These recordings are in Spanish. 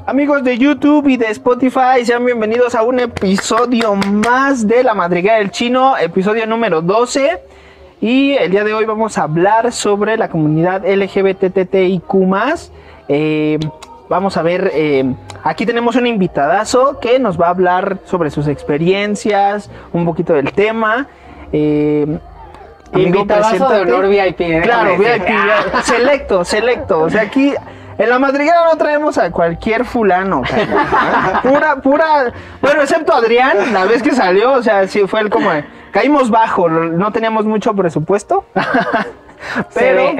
Amigos de YouTube y de Spotify, sean bienvenidos a un episodio más de La Madriguera del Chino, episodio número 12. Y el día de hoy vamos a hablar sobre la comunidad LGBTTIQ+. Vamos a ver, aquí tenemos un invitadazo que nos va a hablar sobre sus experiencias, un poquito del tema. Invitadazo de honor VIP. Claro, VIP, selecto. O sea, aquí en La Madriguera no traemos a cualquier fulano, pura, bueno, excepto Adrián, la vez que salió, o sea, sí fue el como, caímos bajo, no teníamos mucho presupuesto, pero,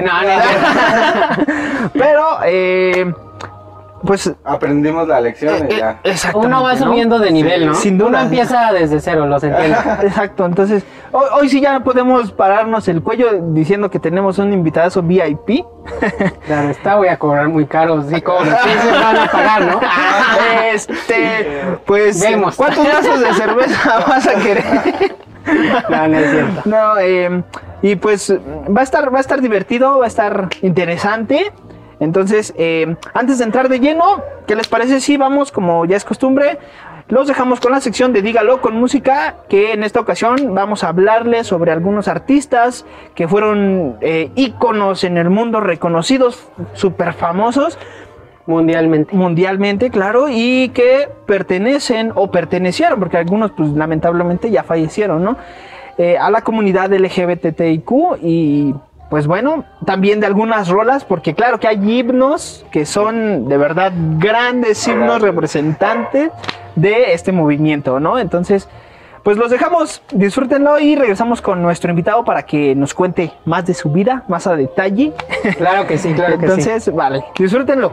pues aprendimos la lección y ya. Uno va subiendo de nivel, ¿no? Sin duda. Uno empieza desde cero, los entiendo. Exacto, entonces hoy sí ya podemos pararnos el cuello diciendo que tenemos un invitadazo VIP. Claro, voy a cobrar muy caro, sí, como los se van a pagar, ¿no? Pues vemos. ¿Cuántos vasos de cerveza vas a querer? No es cierto. No, y pues va a estar divertido, va a estar interesante. Entonces, antes de entrar de lleno, ¿qué les parece si vamos, como ya es costumbre, los dejamos con la sección de Dígalo con música, que en esta ocasión vamos a hablarles sobre algunos artistas que fueron íconos en el mundo, reconocidos, súper famosos. Mundialmente, claro, y que pertenecen o pertenecieron, porque algunos pues lamentablemente ya fallecieron, ¿no? A la comunidad LGBTIQ y... pues bueno, también de algunas rolas, porque claro que hay himnos que son de verdad grandes himnos representantes de este movimiento, ¿no? Entonces, pues los dejamos, disfrútenlo y regresamos con nuestro invitado para que nos cuente más de su vida, más a detalle. Claro que sí, claro que sí. Entonces, vale, disfrútenlo.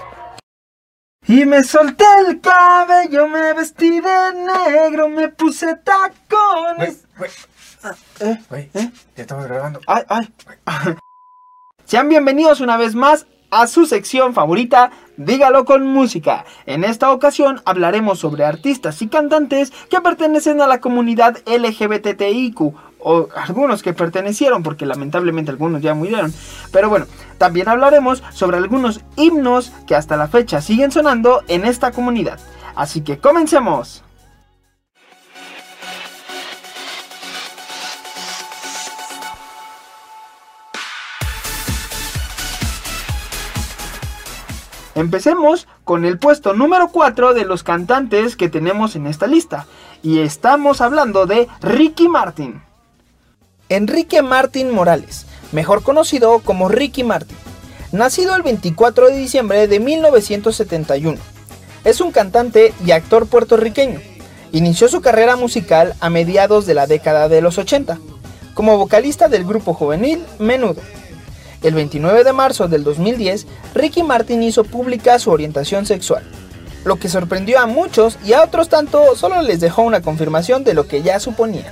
Y me solté el cabello, me vestí de negro, me puse tacones. Ya estamos grabando. Ay. Sean bienvenidos una vez más a su sección favorita, Dígalo con música. En esta ocasión hablaremos sobre artistas y cantantes que pertenecen a la comunidad LGBTIQ, o algunos que pertenecieron, porque lamentablemente algunos ya murieron. Pero bueno, también hablaremos sobre algunos himnos que hasta la fecha siguen sonando en esta comunidad. Así que comencemos. Empecemos con el puesto número 4 de los cantantes que tenemos en esta lista. Y estamos hablando de Ricky Martin. Enrique Martin Morales, mejor conocido como Ricky Martin, nacido el 24 de diciembre de 1971. Es un cantante y actor puertorriqueño. Inició su carrera musical a mediados de la década de los 80, como vocalista del grupo juvenil Menudo. El 29 de marzo del 2010, Ricky Martin hizo pública su orientación sexual, lo que sorprendió a muchos y a otros tanto solo les dejó una confirmación de lo que ya suponían.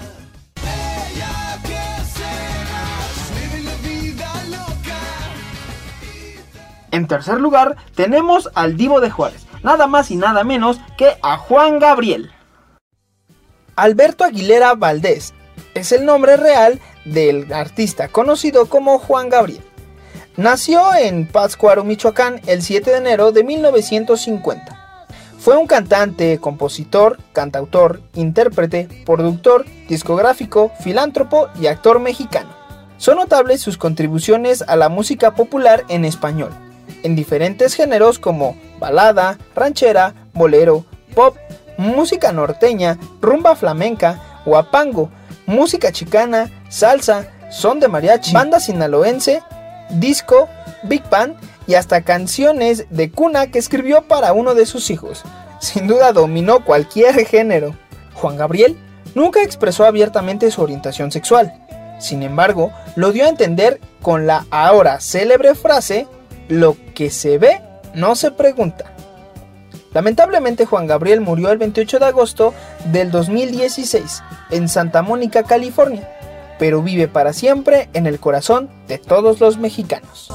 En tercer lugar, tenemos al Divo de Juárez, nada más y nada menos que a Juan Gabriel. Alberto Aguilera Valdés es el nombre real del artista conocido como Juan Gabriel. Nació en Pátzcuaro, Michoacán, el 7 de enero de 1950. Fue un cantante, compositor, cantautor, intérprete, productor, discográfico, filántropo y actor mexicano. Son notables sus contribuciones a la música popular en español, en diferentes géneros como balada, ranchera, bolero, pop, música norteña, rumba flamenca, huapango, música chicana, salsa, son de mariachi, banda sinaloense, disco, big band y hasta canciones de cuna que escribió para uno de sus hijos. Sin duda dominó cualquier género. Juan Gabriel nunca expresó abiertamente su orientación sexual. Sin embargo, lo dio a entender con la ahora célebre frase: lo que se ve no se pregunta. Lamentablemente Juan Gabriel murió el 28 de agosto del 2016 en Santa Mónica, California, pero vive para siempre en el corazón de todos los mexicanos.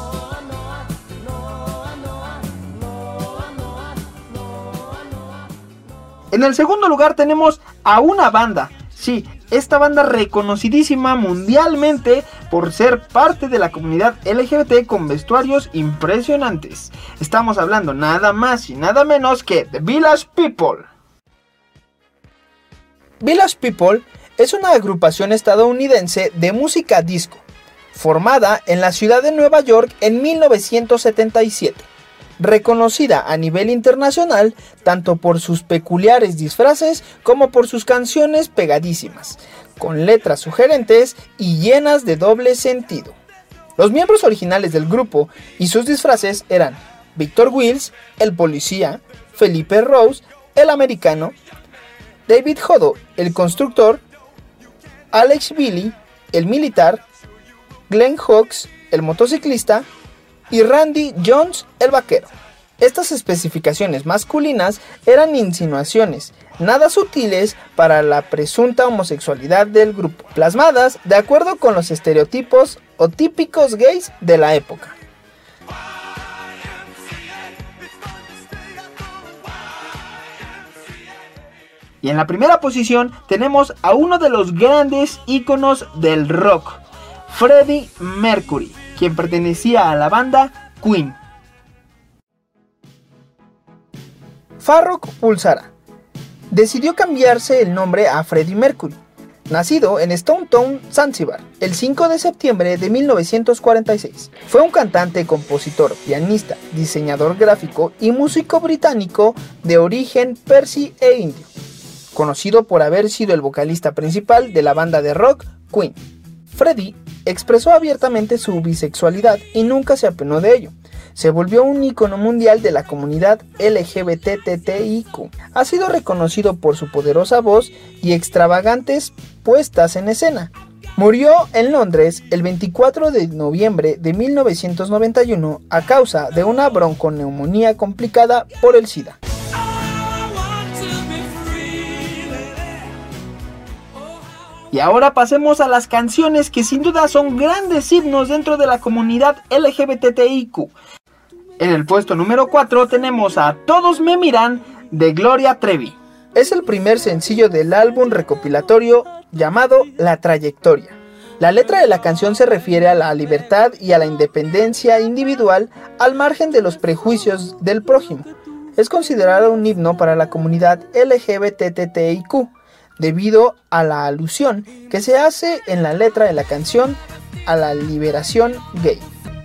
En el segundo lugar tenemos a una banda, sí, esta banda reconocidísima mundialmente por ser parte de la comunidad LGBT con vestuarios impresionantes. Estamos hablando nada más y nada menos que The Village People. Village People es una agrupación estadounidense de música disco, formada en la ciudad de Nueva York en 1977, reconocida a nivel internacional tanto por sus peculiares disfraces como por sus canciones pegadísimas, con letras sugerentes y llenas de doble sentido. Los miembros originales del grupo y sus disfraces eran Victor Wills, el policía, Felipe Rose, el americano, David Hodo, el constructor, Alex Billy, el militar, Glenn Hawkes, el motociclista, y Randy Jones, el vaquero. Estas especificaciones masculinas eran insinuaciones nada sutiles para la presunta homosexualidad del grupo, plasmadas de acuerdo con los estereotipos o típicos gays de la época. Y en la primera posición tenemos a uno de los grandes íconos del rock, Freddie Mercury, quien pertenecía a la banda Queen. Farrokh Bulsara decidió cambiarse el nombre a Freddie Mercury, nacido en Stone Town, Zanzíbar, el 5 de septiembre de 1946. Fue un cantante, compositor, pianista, diseñador gráfico y músico británico de origen persa e indio, conocido por haber sido el vocalista principal de la banda de rock Queen. Freddie expresó abiertamente su bisexualidad y nunca se apenó de ello. Se volvió un ícono mundial de la comunidad LGBTTIQ. Ha sido reconocido por su poderosa voz y extravagantes puestas en escena. Murió en Londres el 24 de noviembre de 1991 a causa de una bronconeumonía complicada por el SIDA. Y ahora pasemos a las canciones que sin duda son grandes himnos dentro de la comunidad LGBTIQ. En el puesto número 4 tenemos a Todos me miran de Gloria Trevi. Es el primer sencillo del álbum recopilatorio llamado La Trayectoria. La letra de la canción se refiere a la libertad y a la independencia individual al margen de los prejuicios del prójimo. Es considerado un himno para la comunidad LGBTIQ, debido a la alusión que se hace en la letra de la canción a la liberación gay.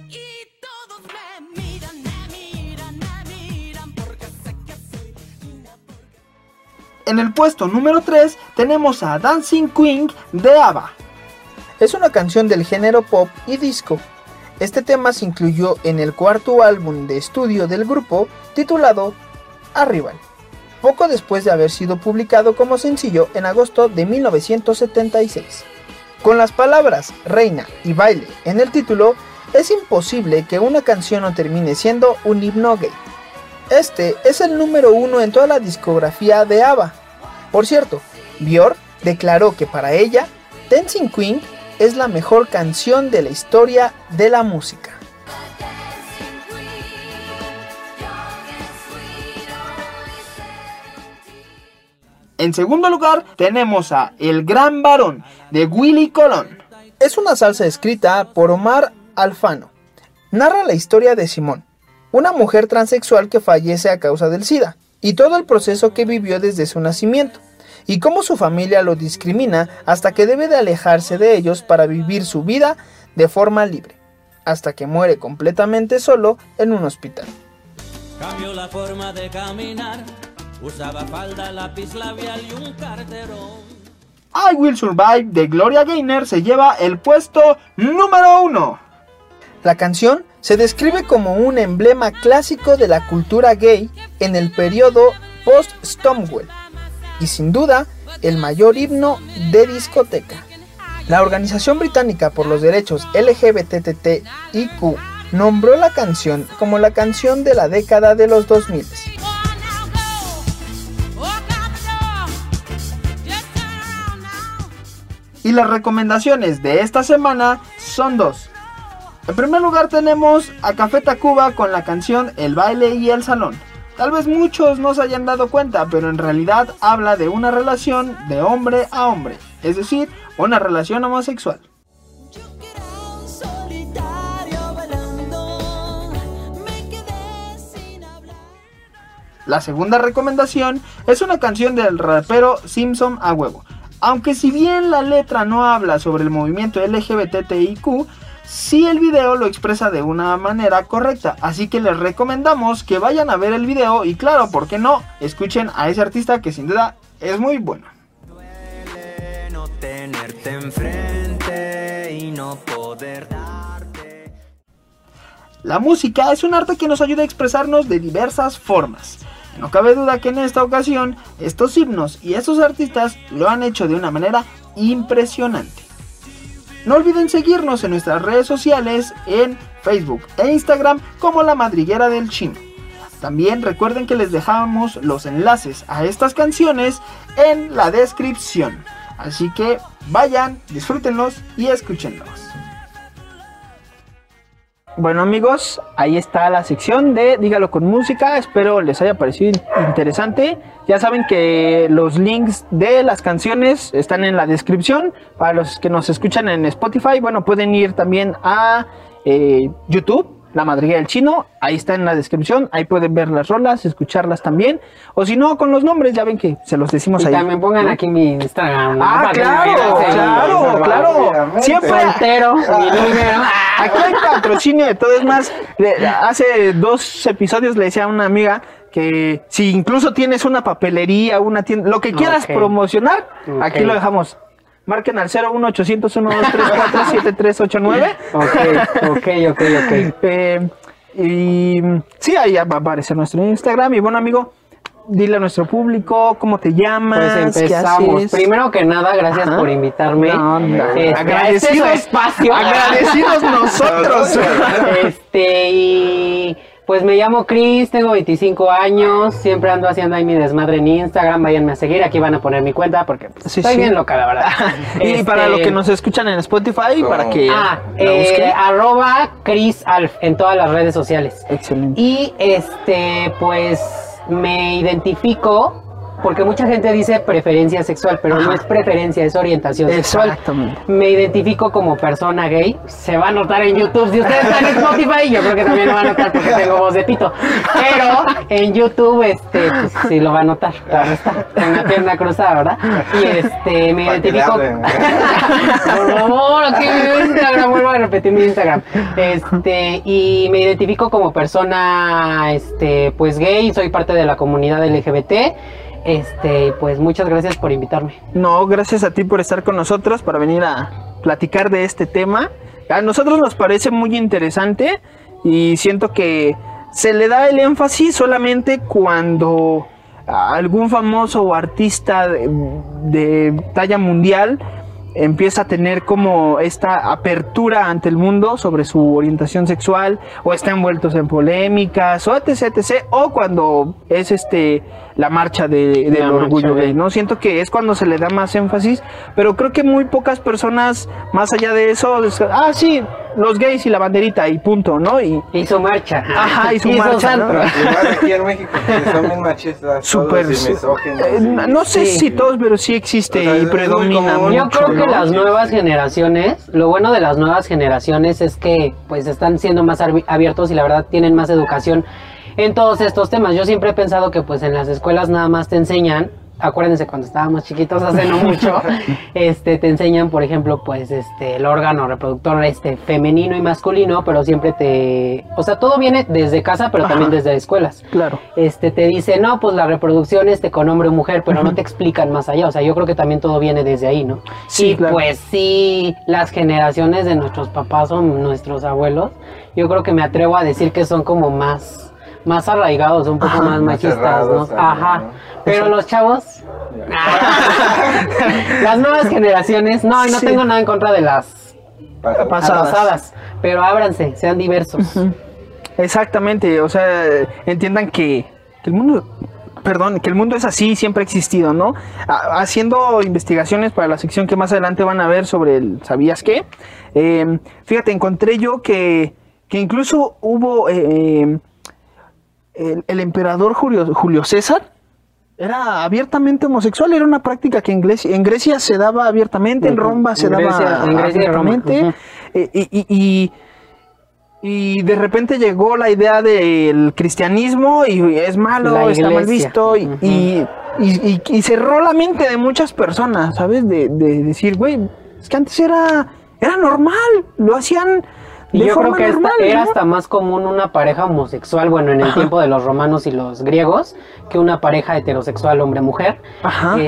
En el puesto número 3 tenemos a Dancing Queen de ABBA. Es una canción del género pop y disco. Este tema se incluyó en el cuarto álbum de estudio del grupo titulado Arrival, poco después de haber sido publicado como sencillo en agosto de 1976. Con las palabras reina y baile en el título, es imposible que una canción no termine siendo un himno gay. Este es el número 1 en toda la discografía de ABBA. Por cierto, Björk declaró que para ella, Dancing Queen es la mejor canción de la historia de la música. En segundo lugar tenemos a El Gran Varón de Willy Colón. Es una salsa escrita por Omar Alfano. Narra la historia de Simón, una mujer transexual que fallece a causa del SIDA, y todo el proceso que vivió desde su nacimiento, y cómo su familia lo discrimina hasta que debe de alejarse de ellos para vivir su vida de forma libre, hasta que muere completamente solo en un hospital. Cambió la forma de caminar. Usaba falda, lápiz labial y un carterón. I Will Survive de Gloria Gaynor se lleva el puesto número 1. La canción se describe como un emblema clásico de la cultura gay en el periodo post-Stonewall y sin duda el mayor himno de discoteca. La Organización Británica por los Derechos LGBTIQ nombró la canción como la canción de la década de los 2000. Y las recomendaciones de esta semana son dos. En primer lugar tenemos a Café Tacuba con la canción El Baile y el Salón. Tal vez muchos no se hayan dado cuenta, pero en realidad habla de una relación de hombre a hombre, es decir, una relación homosexual. La segunda recomendación es una canción del rapero Simpson a huevo. Aunque si bien la letra no habla sobre el movimiento LGBTIQ, sí el video lo expresa de una manera correcta. Así que les recomendamos que vayan a ver el video y claro, ¿por qué no? Escuchen a ese artista que sin duda es muy bueno. Duele no tenerte enfrente y no poder darte. La música es un arte que nos ayuda a expresarnos de diversas formas. No cabe duda que en esta ocasión estos himnos y estos artistas lo han hecho de una manera impresionante. No olviden seguirnos en nuestras redes sociales en Facebook e Instagram como La Madriguera del Chino. También recuerden que les dejamos los enlaces a estas canciones en la descripción. Así que vayan, disfrútenlos y escúchenlos. Bueno amigos, ahí está la sección de Dígalo con Música, espero les haya parecido interesante. Ya saben que los links de las canciones están en la descripción. Para los que nos escuchan en Spotify, bueno, pueden ir también a YouTube, La Madriguera del Chino, ahí está en la descripción, ahí pueden ver las rolas, escucharlas también. O si no, con los nombres, ya ven que se los decimos y ahí. También pongan aquí mi Instagram. Ah, claro. Siempre soltero, mi número. Aquí hay patrocinio de todo. Es más, hace 2 episodios le decía a una amiga que si incluso tienes una papelería, una tienda, lo que quieras promocionar, aquí lo dejamos. Marquen al 01800 1234 7389. Ok. Y sí, ahí va a aparecer nuestro Instagram. Y bueno, amigo, dile a nuestro público cómo te llamas. Pues empezamos. ¿Qué haces? Primero que nada, gracias por invitarme. Agradecidos, espacio. agradecidos nosotros. Y pues me llamo Chris, tengo 25 años, siempre ando haciendo ahí mi desmadre en Instagram, váyanme a seguir, aquí van a poner mi cuenta porque pues, estoy bien loca, la verdad. Y para los que nos escuchan en Spotify, para que @ChrisAlf en todas las redes sociales. Excelente. Y pues me identifico porque mucha gente dice preferencia sexual, pero no es preferencia, es orientación sexual. Exactamente. Me identifico como persona gay. Se va a notar en YouTube. Si ustedes están en Spotify, yo creo que también lo va a notar porque tengo voz de pito. Pero en YouTube, pues sí lo va a notar. Claro está. Con la pierna cruzada, ¿verdad? Y me identifico. Por favor, aquí mi Instagram, vuelvo a repetir mi Instagram. Y me identifico como persona, pues gay. Soy parte de la comunidad LGBT. Pues muchas gracias por invitarme. No, gracias a ti por estar con nosotros, para venir a platicar de este tema. A nosotros nos parece muy interesante y siento que se le da el énfasis solamente cuando algún famoso o artista de talla mundial empieza a tener como esta apertura ante el mundo sobre su orientación sexual, o está envueltos en polémicas, o etc, o cuando es la marcha del orgullo gay, ¿no? Siento que es cuando se le da más énfasis, pero creo que muy pocas personas, más allá de eso, sí, los gays y la banderita y punto, ¿no? Y su marcha. Ajá, y su marcha, ¿no? Igual aquí en México, que son bien machistas, súper, todos y misóginos. no sé si todos, pero sí existe, o sea, y predomina mucho. Yo creo que las nuevas generaciones, lo bueno de las nuevas generaciones es que pues están siendo más abiertos y la verdad tienen más educación en todos estos temas. Yo siempre he pensado que pues en las escuelas nada más te enseñan, acuérdense cuando estábamos chiquitos hace no mucho, te enseñan por ejemplo pues el órgano reproductor femenino y masculino, pero siempre o sea, todo viene desde casa, pero también desde escuelas. Claro. Te dicen, no, pues la reproducción con hombre o mujer, pero no te explican más allá. O sea, yo creo que también todo viene desde ahí, ¿no? Sí, y claro. Pues sí, las generaciones de nuestros papás o nuestros abuelos, yo creo que me atrevo a decir que son como más arraigados, un poco más machistas, ¿no? También, ajá. ¿no? Pero los chavos, las nuevas generaciones, no tengo nada en contra de las pasadas, pero ábranse, sean diversos. Exactamente, o sea, entiendan que el mundo, que el mundo es así, siempre ha existido, ¿no? Haciendo investigaciones para la sección que más adelante van a ver sobre el ¿sabías qué? Fíjate, encontré yo que incluso hubo el emperador Julio César era abiertamente homosexual, era una práctica que en Grecia se daba abiertamente, en Roma se daba abiertamente, Y de repente llegó la idea del cristianismo y es malo, La está mal iglesia. visto y cerró la mente de muchas personas, ¿sabes? De decir, güey, es que antes era normal, lo hacían Y de yo creo forma que normal, era ¿no? hasta más común una pareja homosexual, bueno, en el tiempo de los romanos y los griegos, que una pareja heterosexual hombre-mujer. Ajá.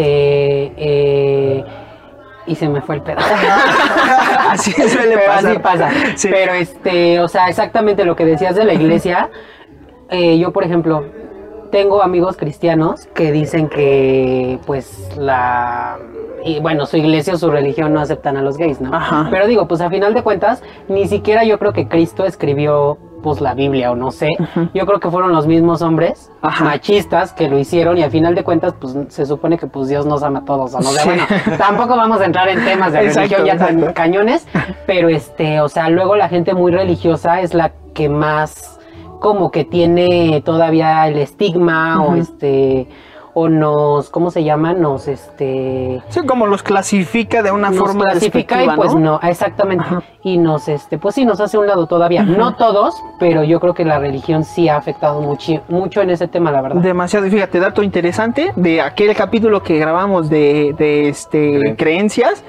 Y se me fue el pedo. Así suele Pero pasar. así pasa. Sí. Pero, o sea, exactamente lo que decías de la iglesia. Yo, por ejemplo, tengo amigos cristianos que dicen que, pues, y bueno, su iglesia o su religión no aceptan a los gays, ¿no? Ajá. Pero digo, pues, a final de cuentas, ni siquiera yo creo que Cristo escribió, pues, la Biblia, o no sé. Yo creo que fueron los mismos hombres Ajá. machistas que lo hicieron, y a final de cuentas, pues, se supone que, pues, Dios nos ama a todos, o no sé. Sí. Bueno, tampoco vamos a entrar en temas de Exacto, religión ya tan exacto. cañones, pero o sea, luego la gente muy religiosa es la que más como que tiene todavía el estigma o nos, ¿cómo se llama? Sí, como los clasifica de una nos forma clasifica y despectiva, pues ¿no? no, exactamente. Ajá. Y nos, pues sí, nos hace a un lado todavía. No todos, pero yo creo que la religión sí ha afectado mucho en ese tema, la verdad. Demasiado. Fíjate, dato interesante de aquel capítulo que grabamos de creencias.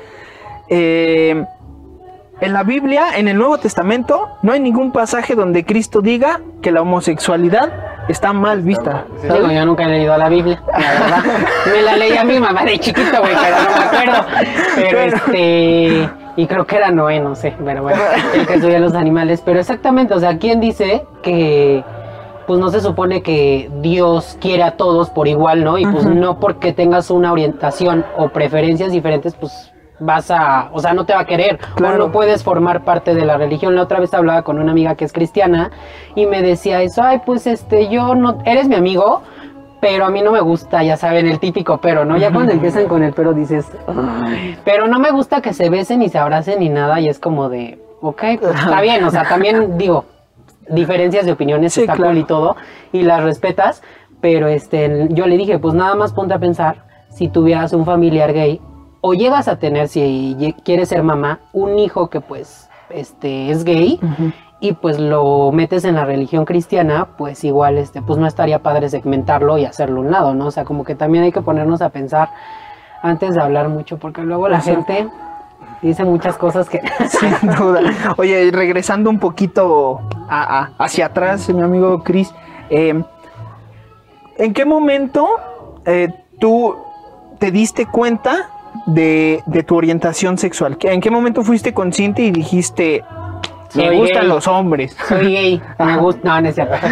En la Biblia, en el Nuevo Testamento, no hay ningún pasaje donde Cristo diga que la homosexualidad está mal vista. Sí. Digo, yo nunca he leído la Biblia, la verdad. Me la leí a mi mamá de chiquito, güey, pero no me acuerdo. Pero y creo que era Noé, no sé, pero bueno, el que subía los animales. Pero exactamente, o sea, ¿quién dice que pues no se supone que Dios quiere a todos por igual, ¿no? Y pues no porque tengas una orientación o preferencias diferentes, pues o sea, no te va a querer, Claro. o no puedes formar parte de la religión. La otra vez hablaba con una amiga que es cristiana y me decía eso, ay, pues yo no, eres mi amigo, pero a mí no me gusta, ya saben, el típico pero, ¿no? Ya cuando empiezan con el pero dices, ay, pero no me gusta que se besen y se abracen ni nada, y es como de, ok, pues está bien, o sea, también digo, diferencias de opiniones, Sí, está claro. cool y todo, y las respetas, pero yo le dije, pues nada más ponte a pensar, si tuvieras un familiar gay, o llegas a tener, si quieres ser mamá, un hijo que pues es gay, y pues lo metes en la religión cristiana, pues igual pues no estaría padre segmentarlo y hacerlo a un lado, ¿no? O sea, como que también hay que ponernos a pensar antes de hablar mucho, porque luego la gente dice muchas cosas que Sin duda. Oye, regresando un poquito hacia atrás, mi amigo Chris, ¿en qué momento tú te diste cuenta de tu orientación sexual? ¿En qué momento fuiste consciente y dijiste, me Soy gustan gay. los hombres? soy gay, me gusta, no, no es cierto.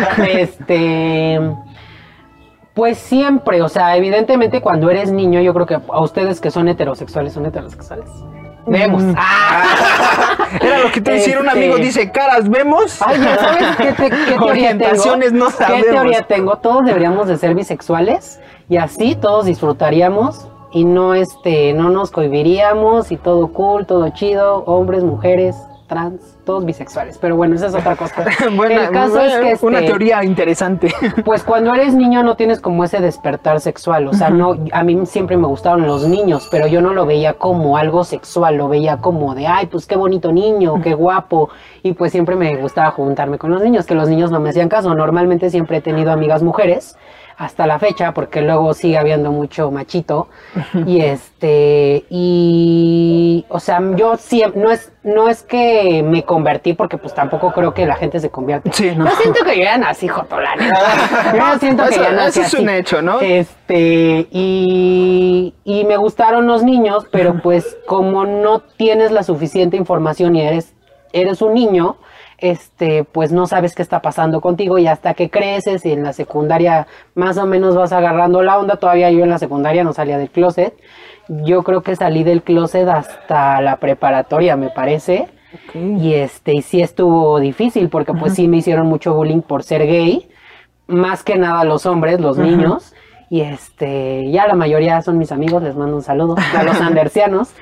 Pues siempre, o sea, evidentemente cuando eres niño, yo creo que a ustedes que son heterosexuales. Vemos. Era lo que te decía un amigo, dice, caras vemos. Ay, ya sabes qué teoría tengo. Orientaciones no sabemos. ¿Qué teoría tengo? Todos deberíamos de ser bisexuales y así todos disfrutaríamos y no no nos cohibiríamos y todo cool, todo chido, hombres, mujeres, trans, todos bisexuales. Pero bueno, esa es otra cosa. Buena, El caso es que una teoría interesante. pues cuando eres niño no tienes como ese despertar sexual, o sea, no, a mí siempre me gustaron los niños, pero yo no lo veía como algo sexual, lo veía como de, ay, pues qué bonito niño, qué guapo, y pues siempre me gustaba juntarme con los niños, que los niños no me hacían caso. Normalmente siempre he tenido amigas mujeres, hasta la fecha, porque luego sigue habiendo mucho machito, y o sea, yo siempre, no es que me convertí, porque pues tampoco creo que la gente se convierte. Sí, no. Yo siento que yo ya nací jotolana. Yo siento que Eso- ya nací eso es un así. hecho, ¿no? Y me gustaron los niños, pero pues como no tienes la suficiente información y eres un niño, pues no sabes qué está pasando contigo, y hasta que creces y en la secundaria más o menos vas agarrando la onda. Todavía yo en la secundaria no salía del closet. Yo creo que salí del closet hasta la preparatoria, me parece. Y y sí estuvo difícil porque pues sí me hicieron mucho bullying por ser gay, más que nada los hombres, los niños. Y ya la mayoría son mis amigos, les mando un saludo a los andersianos.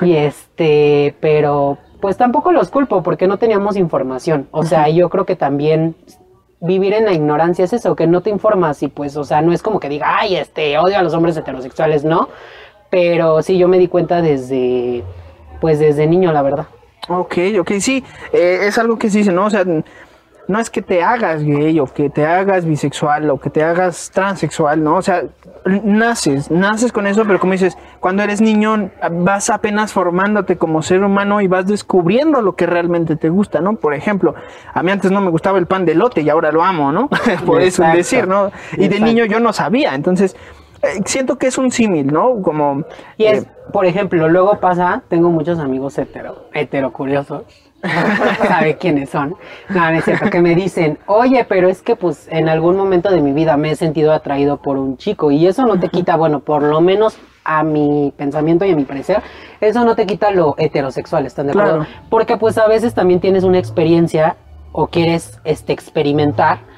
Pero pues tampoco los culpo porque no teníamos información. O sea, yo creo que también vivir en la ignorancia es eso, que no te informas y pues, o sea, no es como que diga, ay, odio a los hombres heterosexuales, no. Pero sí, yo me di cuenta desde niño, la verdad. Ok, sí, es algo que se dice, ¿no? O sea, no es que te hagas gay o que te hagas bisexual o que te hagas transexual, ¿no? O sea, naces con eso, pero como dices, cuando eres niño vas apenas formándote como ser humano y vas descubriendo lo que realmente te gusta, ¿no? Por ejemplo, a mí antes no me gustaba el pan de elote y ahora lo amo, ¿no? Por eso Exacto. decir, ¿no? Y de niño yo no sabía, entonces siento que es un símil, ¿no? Como... Y es, por ejemplo, luego pasa, tengo muchos amigos heterocuriosos, ¿sabe quiénes son? No, no es cierto, que me dicen, oye, pero es que pues en algún momento de mi vida me he sentido atraído por un chico y eso no te quita, bueno, por lo menos a mi pensamiento y a mi parecer, eso no te quita lo heterosexual, ¿están de acuerdo? Claro. Porque pues a veces también tienes una experiencia o quieres experimentar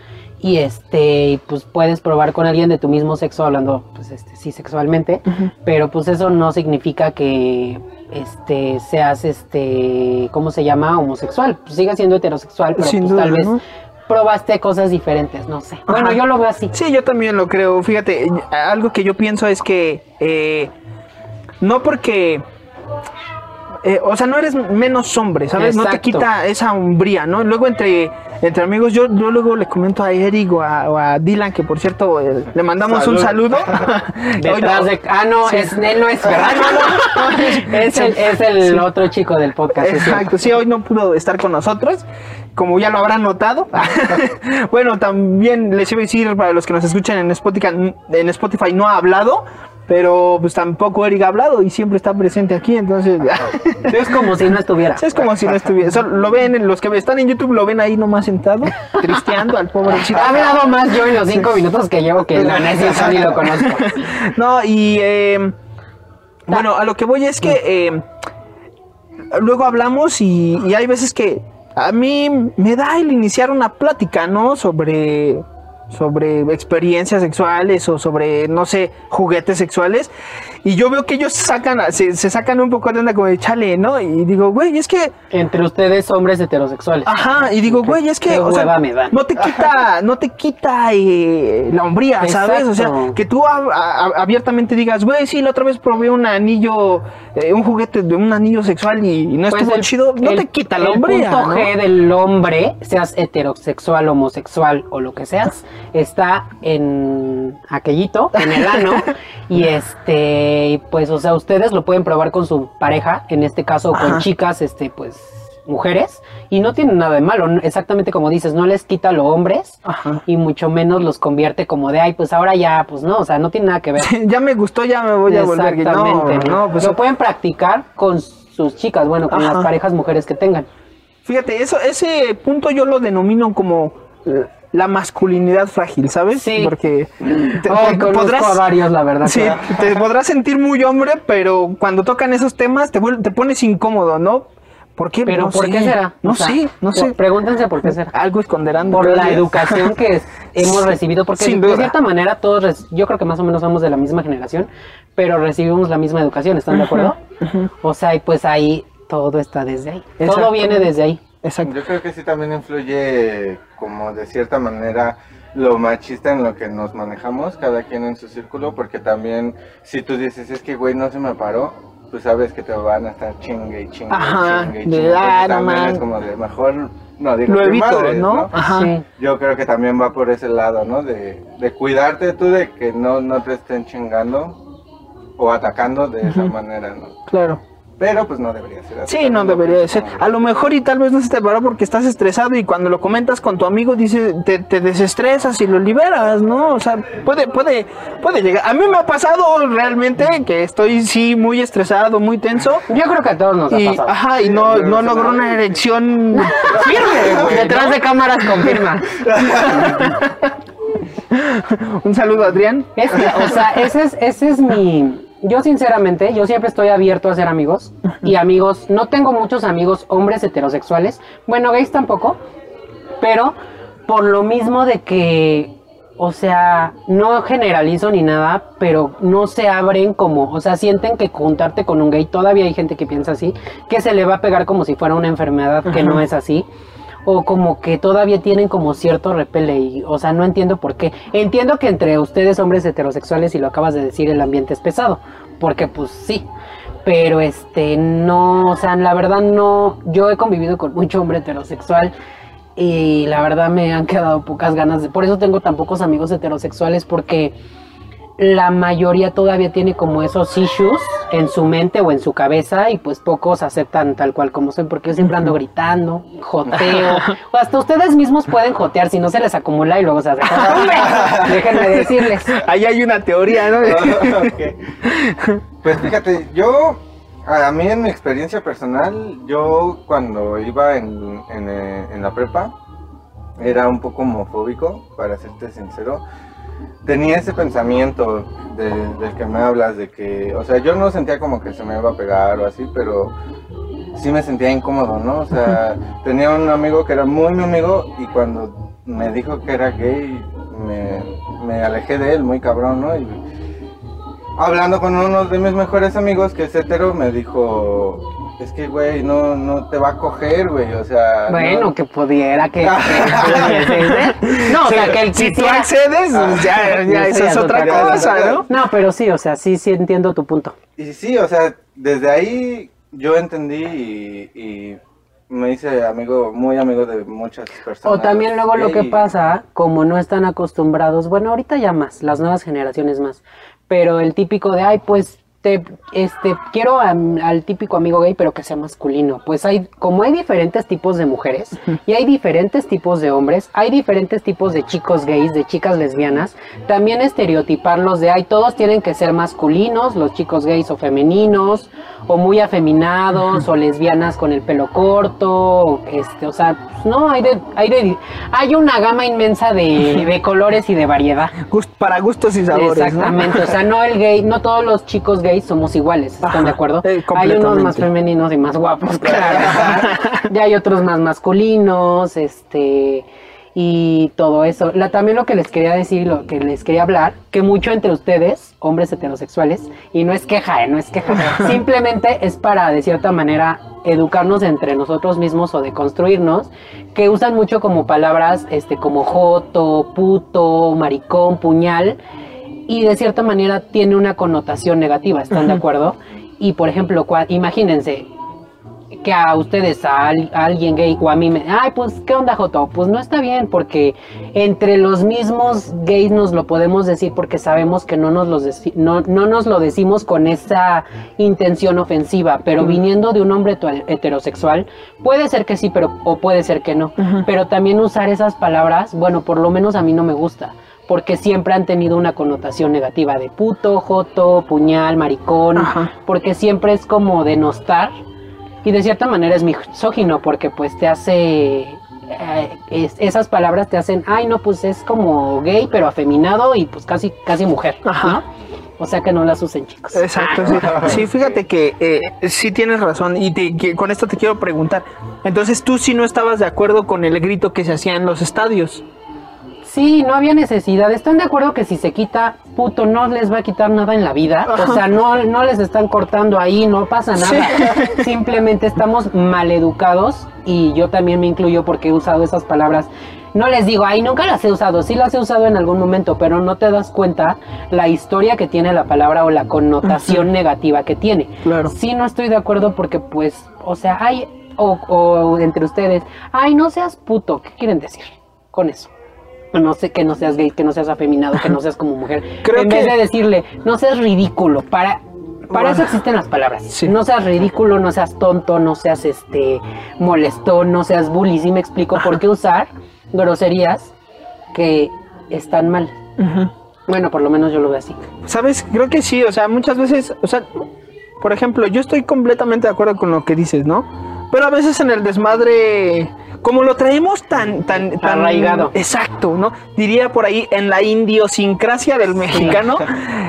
y pues puedes probar con alguien de tu mismo sexo, hablando pues sí sexualmente, pero pues eso no significa que seas ¿cómo se llama? Homosexual. Pues sigue siendo heterosexual, pero Sin pues duda, tal vez ¿no? probaste cosas diferentes, no sé. Bueno, Ajá. yo lo veo así. Sí, yo también lo creo. Fíjate, algo que yo pienso es que no porque... o sea, no eres menos hombre, ¿sabes? No te Exacto. quita esa hombría, ¿no? Luego entre amigos, yo luego le comento a Eric o a Dylan, que por cierto, le mandamos un saludo. Detrás Hoy de... Ah, no, Sí. él no es, ¿verdad? Es el otro chico del podcast. es cierto. Exacto, sí, hoy no pudo estar con nosotros, como ya lo habrán notado. Bueno, también les iba a decir, para los que nos escuchan en Spotify no ha hablado, pero pues tampoco Eric ha hablado y siempre está presente aquí, entonces... Es como si no estuviera. Es como si no estuviera. Lo ven, los que están en YouTube lo ven ahí nomás sentado, tristeando al pobre chico. Ha hablado más yo en los 5 minutos que llevo que no es cierto, ni lo conozco. No, y bueno, a lo que voy es que luego hablamos y hay veces que a mí me da el iniciar una plática, ¿no? Sobre experiencias sexuales o sobre, no sé, juguetes sexuales. Y yo veo que ellos se sacan un poco de onda como de chale, ¿no? Y digo, güey, es que... Entre ustedes, hombres heterosexuales. Ajá, y digo, güey, es que... Qué o sea, hueva me dan. no te quita la hombría, ¿sabes? O sea, Exacto. que tú abiertamente digas, güey, sí, la otra vez probé un anillo, un juguete de un anillo sexual y no Pues estuvo chido. No te quita la hombría, El punto ¿no? G del hombre, seas heterosexual, homosexual o lo que seas, está en aquellito, en el ano. Y pues, o sea, ustedes lo pueden probar con su pareja, en este caso con Ajá. chicas, pues, mujeres, y no tienen nada de malo, exactamente como dices, no les quita lo hombres, Ajá. y mucho menos los convierte como de, ay, pues ahora ya, pues no, o sea, no tiene nada que ver. Ya me gustó, ya me voy a volver gay. Exactamente. No, pues lo pueden practicar con sus chicas, bueno, con Ajá. las parejas mujeres que tengan. fíjate, ese punto yo lo denomino como la masculinidad frágil, ¿sabes? Sí. Porque Ay, conozco a varios, la verdad. Sí, que- te podrás sentir muy hombre, pero cuando tocan esos temas te pones incómodo, ¿no? ¿Por qué? Pero No ¿por sé. qué será? No O sea, sé, no sé. Pregúntense por qué será. Algo esconderán. Por detrás la de- educación que hemos recibido, porque Sin de duda. cierta manera todos, yo creo que más o menos somos de la misma generación, pero recibimos la misma educación, ¿están de acuerdo? O sea, y pues ahí todo está desde ahí. Todo Exacto. viene desde ahí. Exacto. Yo creo que sí también influye como de cierta manera lo machista en lo que nos manejamos, cada quien en su círculo, porque también si tú dices, es que güey no se me paró, pues sabes que te van a estar chingue y chingue Ajá, y chingue y de, chingue. Entonces no también man. es como de mejor no digo Lo que evito, madres, ¿no? Ajá. Sí. Yo creo que también va por ese lado, ¿no? De cuidarte tú de que no te estén chingando o atacando de esa manera, ¿no? Claro. Pero pues no debería ser así. Sí, no También lo debería de ser. pienso como A lo mejor y tal vez no se te paró porque estás estresado y cuando lo comentas con tu amigo dice, te desestresas y lo liberas, ¿no? O sea, puede llegar. A mí me ha pasado realmente que estoy sí muy estresado, muy tenso Yo creo que a todos nos ha y pasado. ajá, y no logró una erección firme, güey. Detrás de cámaras confirma. Un saludo, Adrián. Es que, o sea, ese es mi... Yo sinceramente, yo siempre estoy abierto a hacer amigos. Y amigos, no tengo muchos amigos hombres heterosexuales. Bueno, gays tampoco. Pero por lo mismo de que, o sea, no generalizo ni nada, pero no se abren como, o sea, sienten que juntarte con un gay, todavía hay gente que piensa así, que se le va a pegar como si fuera una enfermedad, que no es así. O como que todavía tienen como cierto repele y, o sea, no entiendo por qué. Entiendo que entre ustedes hombres heterosexuales, y lo acabas de decir, el ambiente es pesado, porque pues sí. pero no, o sea, la verdad no, yo he convivido con mucho hombre heterosexual y la verdad me han quedado pocas ganas por eso tengo tan pocos amigos heterosexuales, porque la mayoría todavía tiene como esos issues en su mente o en su cabeza y pues pocos aceptan tal cual como soy, porque yo siempre ando gritando, joteo, o hasta ustedes mismos pueden jotear si no se les acumula y luego se hace cosa. Déjenme decirles. Ahí hay una teoría, ¿no? Okay. Pues fíjate, a mí en mi experiencia personal, yo cuando iba en la prepa, era un poco homofóbico, para serte sincero. Tenía ese pensamiento del que me hablas, de que, o sea, yo no sentía como que se me iba a pegar o así, pero sí me sentía incómodo, ¿no? O sea, tenía un amigo que era muy mi amigo y cuando me dijo que era gay, me alejé de él muy cabrón, ¿no? Y hablando con uno de mis mejores amigos que es hetero, me dijo... Es que, güey, no te va a coger, güey, o sea... Bueno, no... que pudiera que... no, o sea, que el si tú accedes, ya eso es otra cosa, ¿no? No, pero sí, o sea, sí entiendo tu punto. Y sí, o sea, desde ahí yo entendí y me hice muy amigo de muchas personas. O también luego lo que pasa, como no están acostumbrados, bueno, ahorita ya más, las nuevas generaciones más, pero el típico de, ay, pues... quiero al típico amigo gay, pero que sea masculino. Pues como hay diferentes tipos de mujeres y hay diferentes tipos de hombres, hay diferentes tipos de chicos gays, de chicas lesbianas, también estereotiparlos de, todos tienen que ser masculinos, los chicos gays o femeninos, o muy afeminados, o lesbianas con el pelo corto, o sea, pues no, hay una gama inmensa de colores y de variedad. Para gustos y sabores, exactamente, ¿no? O sea, no todos los chicos gays somos iguales, ¿están de acuerdo? Hay unos más femeninos y más guapos, claro. Ya hay otros más masculinos, y todo eso. También lo que les quería decir, lo que les quería hablar, que mucho entre ustedes, hombres heterosexuales, y no es queja, simplemente es para, de cierta manera, educarnos entre nosotros mismos o deconstruirnos, que usan mucho como palabras, como joto, puto, maricón, puñal, y de cierta manera tiene una connotación negativa, ¿están de acuerdo? Y por ejemplo, imagínense que a ustedes, a alguien gay o a mí pues ¿qué onda, joto? Pues no está bien, porque entre los mismos gays nos lo podemos decir porque sabemos que no nos lo decimos con esa intención ofensiva, pero viniendo de un hombre heterosexual, puede ser que sí, o puede ser que no, pero también usar esas palabras, bueno, por lo menos a mí no me gusta, porque siempre han tenido una connotación negativa de puto, joto, puñal, maricón, porque siempre es como denostar, y de cierta manera es misógino, porque pues te hace, esas palabras te hacen, no, pues es como gay, pero afeminado y pues casi mujer, ¿no? O sea que no las usen, chicos. Exacto, sí. Sí, fíjate que sí tienes razón, y con esto te quiero preguntar, entonces tú sí no estabas de acuerdo con el grito que se hacía en los estadios. Sí, no había necesidad. ¿Están de acuerdo que si se quita puto no les va a quitar nada en la vida? O sea, no les están cortando ahí, no pasa nada. Sí. Simplemente estamos maleducados, y yo también me incluyo porque he usado esas palabras. No les digo, nunca las he usado. Sí las he usado en algún momento, pero no te das cuenta la historia que tiene la palabra o la connotación negativa que tiene. Claro. Sí, no estoy de acuerdo porque pues, o sea, o entre ustedes, no seas puto. ¿Qué quieren decir con eso? No sé, que no seas gay, que no seas afeminado, que no seas como mujer. En vez de decirle, no seas ridículo, para eso existen las palabras. Sí. No seas ridículo, no seas tonto, no seas molestón, no seas bully. ¿Sí me explico? ¿Por qué usar groserías que están mal? Bueno, por lo menos yo lo veo así. ¿Sabes? Creo que sí, o sea, muchas veces, o sea, por ejemplo, yo estoy completamente de acuerdo con lo que dices, ¿no? Pero a veces en el desmadre, como lo traemos tan arraigado. Exacto, ¿no? Diría por ahí, en la idiosincrasia del mexicano,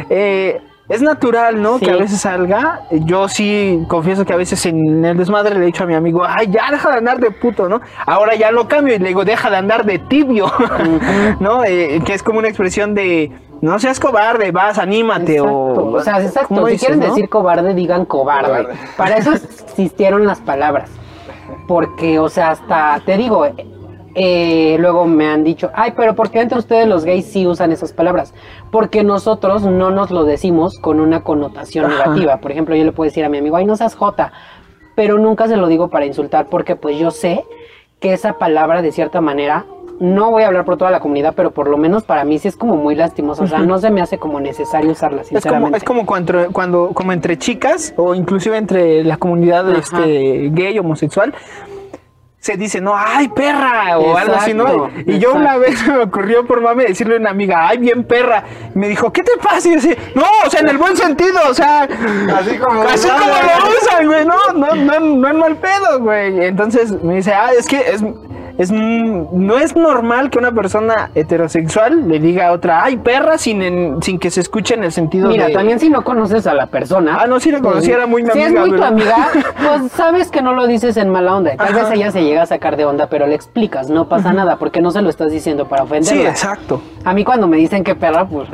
es natural, ¿no? Sí. Que a veces salga. Yo sí confieso que a veces en el desmadre le he dicho a mi amigo, ya deja de andar de puto, ¿no? Ahora ya lo cambio y le digo, deja de andar de tibio, ¿no? Que es como una expresión de, no seas cobarde, vas, anímate. Exacto. O sea, exacto. Si quieren decir cobarde, digan cobarde. Para eso existieron las palabras. Porque, o sea, hasta, te digo, luego me han dicho, ay, pero ¿por qué entre ustedes los gays sí usan esas palabras? Porque nosotros no nos lo decimos con una connotación negativa. Por ejemplo, yo le puedo decir a mi amigo, ay, no seas jota, pero nunca se lo digo para insultar, porque pues yo sé que esa palabra de cierta manera, no voy a hablar por toda la comunidad, pero por lo menos para mí sí es como muy lastimosa. O sea, no se me hace como necesario usarla, sinceramente. Es como cuando como entre chicas, o inclusive entre la comunidad gay, homosexual, se dice, no, ay, perra, o algo así, ¿no? Y yo una vez me ocurrió por mame decirle a una amiga, ay, bien perra. Y me dijo, ¿qué te pasa? Y yo decía, no, o sea, en el buen sentido, o sea, así como lo usan, güey, no es mal pedo, güey. Entonces me dice, es que no es normal que una persona heterosexual le diga a otra, ay, perra, sin que se escuche en el sentido Mira, también si no conoces a la persona. No, si la conociera, era muy mi amiga. Si es muy tu amiga, pues sabes que no lo dices en mala onda. Tal vez ella se llega a sacar de onda, pero le explicas, no pasa nada, porque no se lo estás diciendo para ofenderla. Sí, exacto. A mí cuando me dicen que perra, pues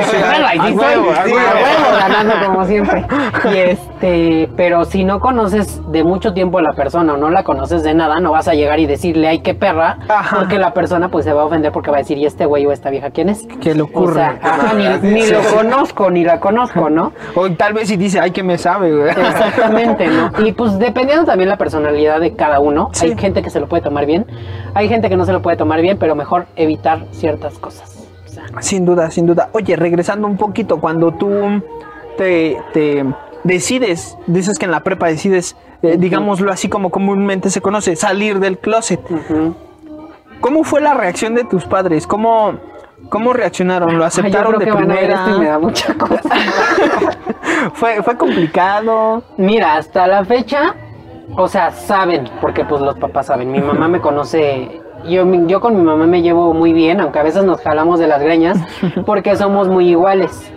ganando como siempre. Pero si no conoces de mucho tiempo a la persona o no la conoces de nada, no vas a llegar y decirle, ay, qué perra, porque la persona pues se va a ofender porque va a decir, ¿y este güey o esta vieja quién es? ¿Qué le ocurre? O sea, ni lo conozco, ni la conozco, ¿no? O tal vez si dice, ay, que me sabe, güey. Exactamente, ¿no? Y pues dependiendo también la personalidad de cada uno, hay gente que se lo puede tomar bien, hay gente que no se lo puede tomar bien, pero mejor evitar ciertas cosas. O sea, sin duda, sin duda. Oye, regresando un poquito, cuando tú te decides, dices que en la prepa decides, digámoslo así como comúnmente se conoce, salir del closet. ¿Cómo fue la reacción de tus padres? ¿Cómo reaccionaron? ¿Lo aceptaron de primera? Van a ver esto y me da mucha cosa. ¿Fue complicado? Mira, hasta la fecha, o sea, saben, porque pues los papás saben. Mi mamá me conoce. Yo con mi mamá me llevo muy bien, aunque a veces nos jalamos de las greñas, porque somos muy iguales.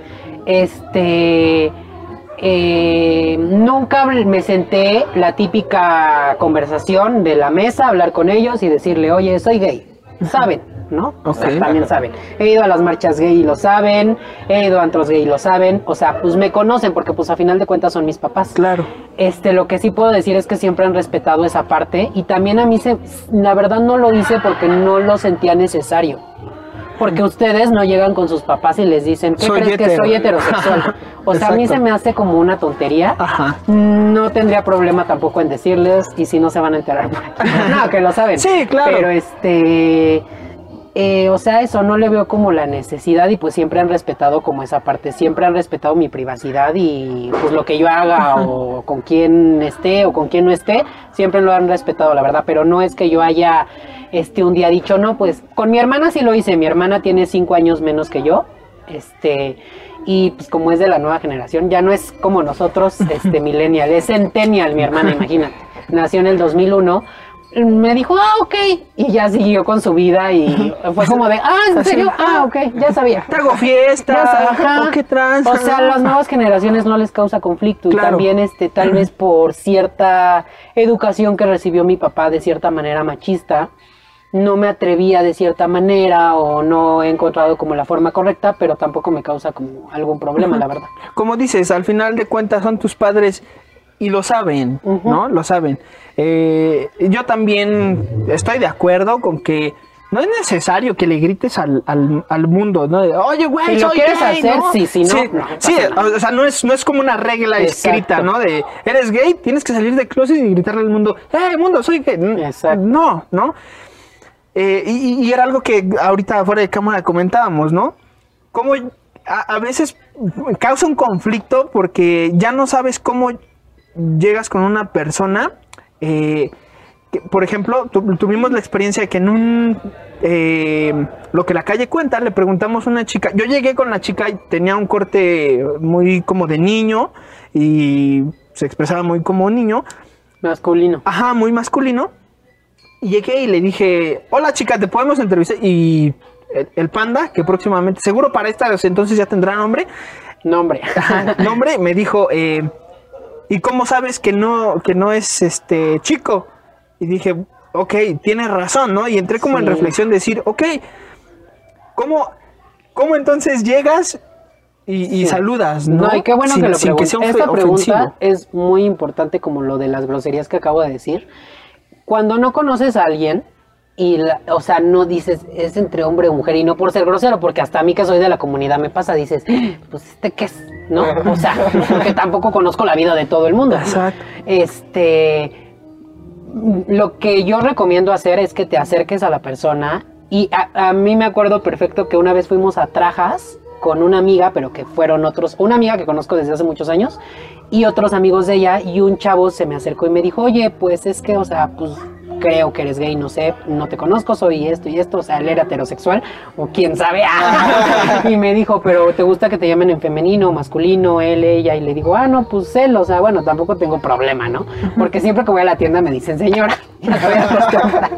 Nunca me senté la típica conversación de la mesa, hablar con ellos y decirle, oye, soy gay. Saben, ¿no? O sea, también saben. He ido a las marchas gay y lo saben, he ido a antros gay y lo saben. O sea, pues me conocen porque pues a final de cuentas son mis papás. Claro. Lo que sí puedo decir es que siempre han respetado esa parte y también a mí la verdad no lo hice porque no lo sentía necesario. Porque ustedes no llegan con sus papás y les dicen, ¿qué crees que soy heterosexual? O sea, a mí se me hace como una tontería. No tendría problema tampoco en decirles, y si no se van a enterar por aquí. No, que lo saben. Sí, claro. Pero o sea, eso no le veo como la necesidad y pues siempre han respetado como esa parte. Siempre han respetado mi privacidad y pues lo que yo haga o con quién esté o con quién no esté, siempre lo han respetado, la verdad. Pero no es que yo haya un día dicho, no, pues con mi hermana sí lo hice. Mi hermana tiene 5 años menos que yo. Y pues como es de la nueva generación, ya no es como nosotros, millennial, es centennial mi hermana, imagínate. Nació en el 2001. Me dijo, ok, y ya siguió con su vida y fue como de, ¿en serio? Ok, ya sabía. Te hago fiesta, ¿qué trans? O sea, a las nuevas generaciones no les causa conflicto y también tal vez por cierta educación que recibió mi papá de cierta manera machista, no me atrevía de cierta manera o no he encontrado como la forma correcta, pero tampoco me causa como algún problema, la verdad. Como dices, al final de cuentas son tus padres y lo saben, ¿no? Lo saben. Yo también estoy de acuerdo con que no es necesario que le grites al mundo, ¿no? Oye, güey, si lo quieres gay, hacer, ¿no? Sí, o sea, no es como una regla escrita, ¿no? De, eres gay, tienes que salir del closet y gritarle al mundo, mundo, soy gay. Exacto. No. Y era algo que ahorita fuera de cámara comentábamos, ¿no? Como a veces causa un conflicto porque ya no sabes cómo llegas con una persona. Por ejemplo, tuvimos la experiencia de que en lo que la calle cuenta, le preguntamos a una chica. Yo llegué con la chica y tenía un corte muy como de niño y se expresaba muy como niño. Masculino. Ajá, muy masculino. Y llegué y le dije, hola chica, ¿te podemos entrevistar? Y el panda, que próximamente, seguro para entonces ya tendrá nombre. Nombre, me dijo, ¿y cómo sabes que no es chico? Y dije, ok, tienes razón, ¿no? Y entré como en reflexión de decir, ok, ¿cómo entonces llegas y saludas, ¿no? No, y qué bueno que lo preguntes. Esta pregunta ofensivo. Es muy importante como lo de las groserías que acabo de decir. Cuando no conoces a alguien, o sea, no dices, es entre hombre o mujer, y no por ser grosero, porque hasta a mí que soy de la comunidad me pasa, dices, pues ¿qué es? ¿No? O sea, porque tampoco conozco la vida de todo el mundo. Exacto. Lo que yo recomiendo hacer es que te acerques a la persona, y a mí me acuerdo perfecto que una vez fuimos a Trajas con una amiga, pero que fueron una amiga que conozco desde hace muchos años, y otros amigos de ella, y un chavo se me acercó y me dijo, oye, pues es que, o sea, pues creo que eres gay, no sé, no te conozco, soy esto y esto, o sea, él era heterosexual, o quién sabe, y me dijo, pero ¿te gusta que te llamen en femenino, masculino, él, ella? Y le digo, no, pues él, o sea, bueno, tampoco tengo problema, ¿no? Porque siempre que voy a la tienda me dicen, señora, ya estoy acostumbrado.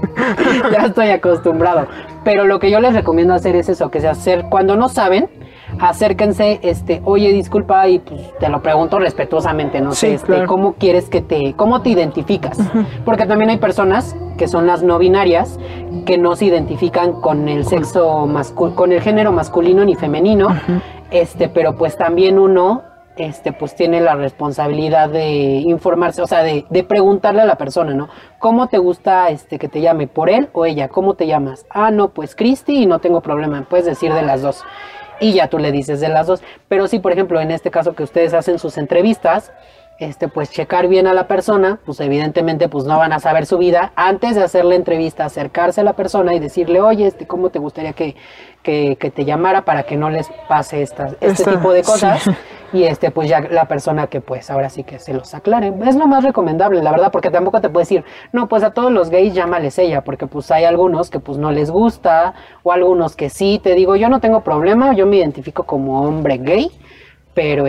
Ya estoy acostumbrado. Pero lo que yo les recomiendo hacer es eso, que se cuando no saben, acérquense, oye, disculpa, y pues te lo pregunto respetuosamente, no sé, claro. ¿cómo quieres cómo te identificas? Porque también hay personas que son las no binarias, que no se identifican con el sexo con el género masculino ni femenino, pero pues también uno pues tiene la responsabilidad de informarse, o sea, de preguntarle a la persona, ¿no? ¿Cómo te gusta que te llame? ¿Por él o ella? ¿Cómo te llamas? No, pues Cristi, y no tengo problema, puedes decir de las dos. Y ya tú le dices de las dos. Pero sí, por ejemplo, en este caso que ustedes hacen sus entrevistas, pues checar bien a la persona, pues evidentemente pues no van a saber su vida. Antes de hacer la entrevista, acercarse a la persona y decirle, oye, ¿cómo te gustaría que te llamara para que no les pase este tipo de cosas? Sí. Y pues ya la persona que pues ahora sí que se los aclare. Es lo más recomendable, la verdad, porque tampoco te puede decir, no, pues a todos los gays llámales ella, porque pues hay algunos que pues no les gusta, o algunos que sí. Te digo, yo no tengo problema, yo me identifico como hombre gay, pero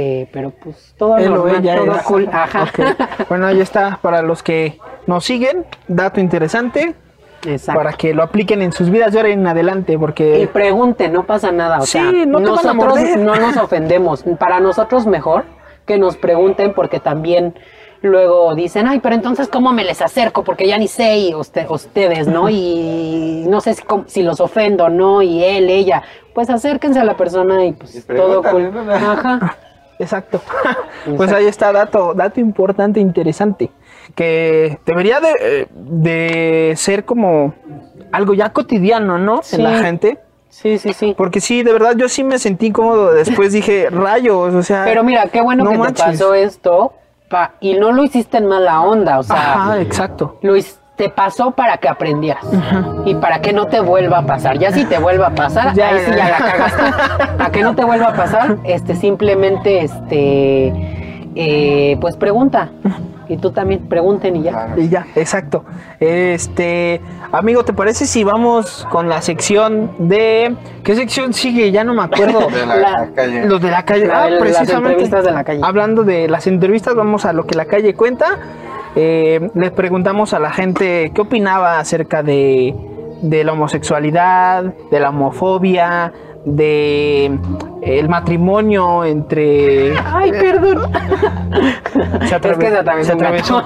pues todo normal, todo cool. Ajá. Okay. Bueno, ahí está, para los que nos siguen, dato interesante. Exacto. Para que lo apliquen en sus vidas de ahora en adelante, porque... Y pregunten, no pasa nada, o sea, nosotros no nos ofendemos, para nosotros mejor que nos pregunten, porque también luego dicen, pero entonces ¿cómo me les acerco? Porque ya ni sé, y ustedes, ¿no? Y no sé si los ofendo, ¿no? Y él, ella, pues acérquense a la persona y pues todo cool. Ajá. Exacto. Pues ahí está, dato importante, interesante, que debería de ser como algo ya cotidiano, ¿no? Sí. En la gente. Sí. Porque sí, de verdad, yo sí me sentí incómodo. Después dije, rayos, o sea... Pero mira, qué bueno que te pasó esto, y no lo hiciste en mala onda, o sea... Ajá, exacto. Te pasó para que aprendieras, y para que no te vuelva a pasar. Ya si te vuelva a pasar, ahí sí ya la cagaste. Para que no te vuelva a pasar, simplemente, pues pregunta. Y tú también pregunten y ya. Y ya, exacto. Amigo, ¿te parece si vamos con la sección de... ¿Qué sección sigue? Ya no me acuerdo. De la calle. Los de la calle. Precisamente. Las entrevistas de la calle. Hablando de las entrevistas, vamos a lo que la calle cuenta. Les preguntamos a la gente qué opinaba acerca de la homosexualidad, de la homofobia, de el matrimonio entre... Ay, perdón. Se atravesó.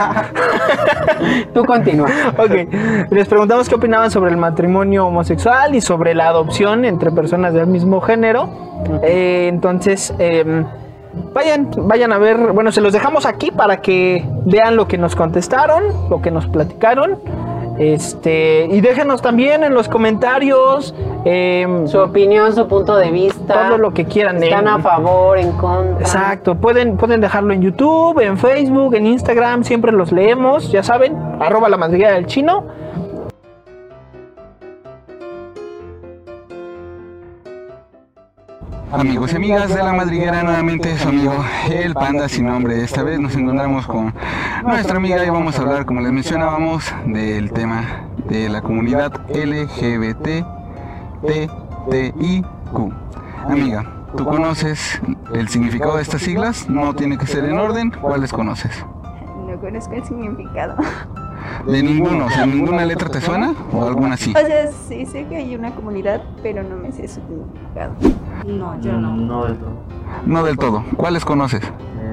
Tú continúa. Ok, les preguntamos qué opinaban sobre el matrimonio homosexual y sobre la adopción entre personas del mismo género. Entonces... Vayan a ver, bueno, se los dejamos aquí para que vean lo que nos contestaron, lo que nos platicaron. Y déjenos también en los comentarios su opinión, su punto de vista, todo lo que quieran. Están a favor, en contra. Exacto, pueden dejarlo en YouTube, en Facebook, en Instagram, siempre los leemos, ya saben, @lamadriguera_del_chino. Amigos y amigas de La Madriguera, nuevamente su amigo El Panda sin nombre. Esta vez nos encontramos con nuestra amiga y vamos a hablar, como les mencionábamos, del tema de la comunidad LGBTTIQ. Amiga, ¿tú conoces el significado de estas siglas? No tiene que ser en orden. ¿Cuáles conoces? No conozco el significado. ¿De ninguno? O sea, ¿ninguna letra te suena? ¿O alguna sí? O sea, sí sé que hay una comunidad, pero no me sé su significado. No, yo no. No del todo. No del todo. ¿Cuáles conoces?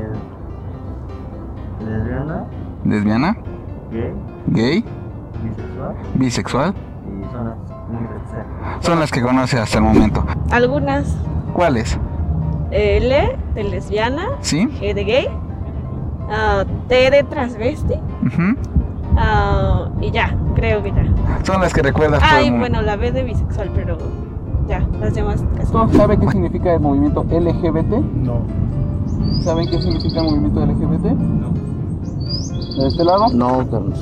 Lesbiana. ¿Lesbiana? Gay. ¿Gay? Bisexual. ¿Bisexual? Y son las únicas. Son las que conoces hasta el momento. Algunas. ¿Cuáles? L de lesbiana. ¿Sí? G de gay. T de transvesti. Y ya, creo que ya. Son las que recuerdas por el Ay, momento. bueno, la B de bisexual, pero ya, las demás casi. ¿Sabe qué significa el movimiento LGBT? No. ¿Saben qué significa el movimiento LGBT? No. ¿De este lado? No, Carlos.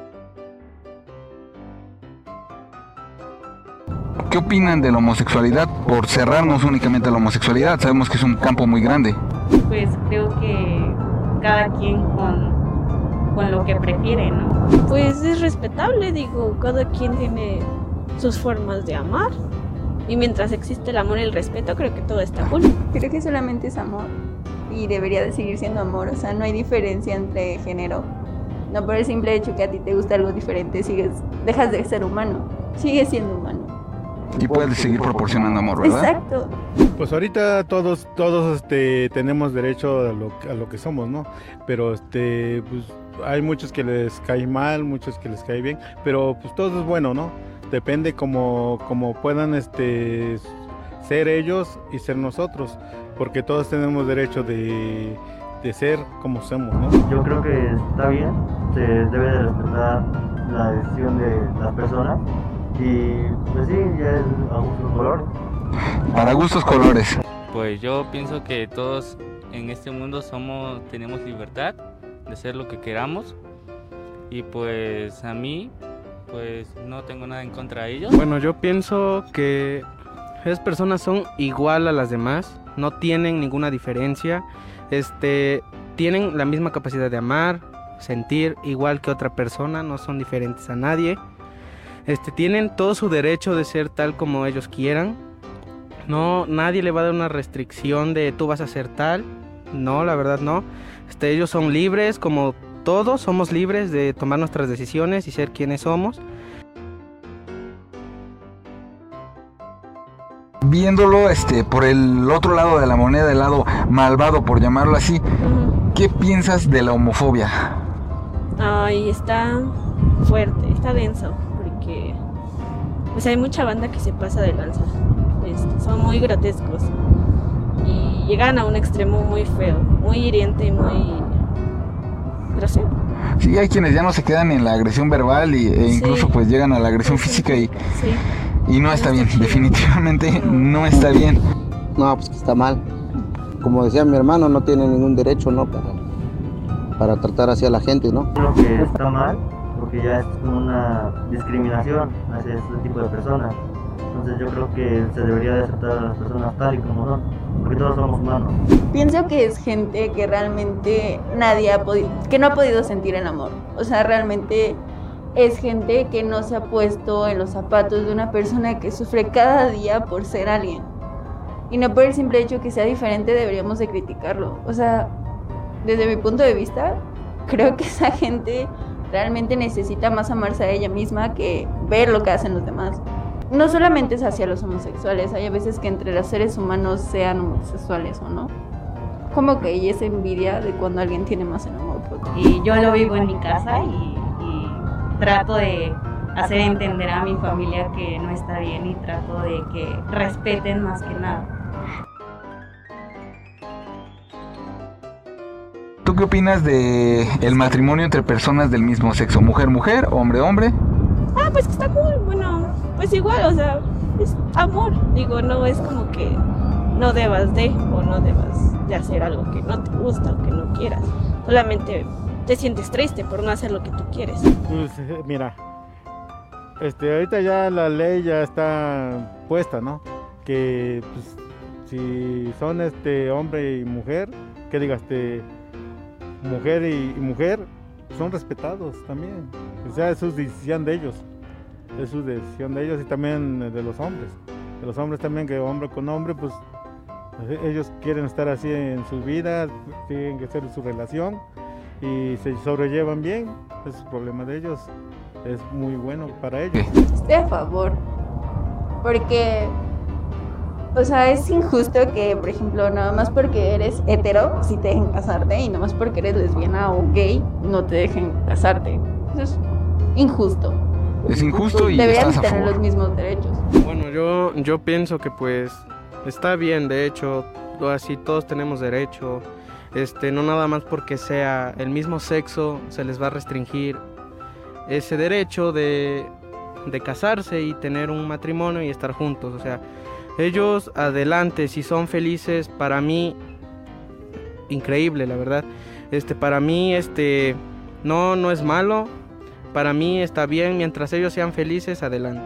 ¿Qué opinan de la homosexualidad? Por cerrarnos únicamente a la homosexualidad, sabemos que es un campo muy grande. Pues creo que cada quien con lo que prefiere, ¿no? Pues es respetable, digo, cada quien tiene sus formas de amar. Y mientras existe el amor y el respeto, creo que todo está cool. Creo que solamente es amor y debería de seguir siendo amor, o sea, no hay diferencia entre género. No por el simple hecho que a ti te gusta algo diferente, dejas de ser humano, sigues siendo humano. Y puedes seguir proporcionando amor, ¿verdad? Exacto. Pues ahorita todos tenemos derecho a lo que somos, ¿no? Pero pues hay muchos que les cae mal, muchos que les cae bien, pero pues todo es bueno, ¿no? Depende como puedan ser ellos y ser nosotros, porque todos tenemos derecho de ser como somos, ¿no? Yo creo que está bien, se debe de respetar la decisión de las personas y pues sí, ya es a gustos colores. Para gustos colores. Pues yo pienso que todos en este mundo tenemos libertad de hacer lo que queramos y pues a mí pues no tengo nada en contra de ellos. Bueno, yo pienso que esas personas son igual a las demás, no tienen ninguna diferencia, tienen la misma capacidad de amar, sentir igual que otra persona, no son diferentes a nadie. Tienen todo su derecho de ser tal como ellos quieran. No, nadie le va a dar una restricción de tú vas a ser tal. No, la verdad no. Ellos son libres, como todos somos libres de tomar nuestras decisiones y ser quienes somos. Viéndolo por el otro lado de la moneda, el lado malvado, por llamarlo así, ¿qué piensas de la homofobia? Ay, está fuerte, está denso, porque pues hay mucha banda que se pasa de lanza. Son muy grotescos y llegan a un extremo muy feo, muy hiriente y muy grosero. Sí, hay quienes ya no se quedan en la agresión verbal e incluso pues llegan a la agresión física y no está bien, definitivamente no está bien. No, pues que está mal. Como decía mi hermano, no tiene ningún derecho, ¿no? Para tratar así a la gente, ¿no? Creo que está mal porque ya es como una discriminación hacia este tipo de personas. Entonces yo creo que se debería de aceptar a las personas tal y como son, porque todos somos humanos. Pienso que es gente que realmente que no ha podido sentir el amor. O sea, realmente es gente que no se ha puesto en los zapatos de una persona que sufre cada día por ser alguien. Y no por el simple hecho que sea diferente deberíamos de criticarlo. O sea, desde mi punto de vista, creo que esa gente realmente necesita más amarse a ella misma que ver lo que hacen los demás. No solamente es hacia los homosexuales, hay a veces que entre los seres humanos sean homosexuales o no. Como que hay esa envidia de cuando alguien tiene más el amor propio. Y yo lo vivo en mi casa y trato de hacer entender a mi familia que no está bien y trato de que respeten más que nada. ¿Tú qué opinas de el matrimonio entre personas del mismo sexo? ¿Mujer-mujer, hombre-hombre? Ah, pues que está cool, bueno, pues igual, o sea, es amor, digo, no es como que no debas de o no debas de hacer algo que no te gusta o que no quieras, solamente te sientes triste por no hacer lo que tú quieres. Pues mira, ahorita ya la ley ya está puesta, ¿no? Que pues, si son hombre y mujer, que digas mujer y mujer, son respetados también. O sea, es su decisión de ellos. Es su decisión de ellos y también de los hombres. De los hombres también, que hombre con hombre, pues ellos quieren estar así en su vida, tienen que hacer su relación y se sobrellevan bien. Es el problema de ellos. Es muy bueno para ellos. Estoy a favor. Porque, o sea, es injusto que, por ejemplo, nada más porque eres hetero, sí te dejen casarte, y nada más porque eres lesbiana o gay, no te dejen casarte. Eso es injusto. Es injusto y deberían estás a tener favor. los mismos derechos. Bueno, yo pienso que pues está bien, de hecho, así todos tenemos derecho. No nada más porque sea el mismo sexo se les va a restringir ese derecho de casarse y tener un matrimonio y estar juntos. O sea, ellos adelante, si son felices, para mí, increíble, la verdad. Para mí, no es malo. Para mí está bien, mientras ellos sean felices, adelante.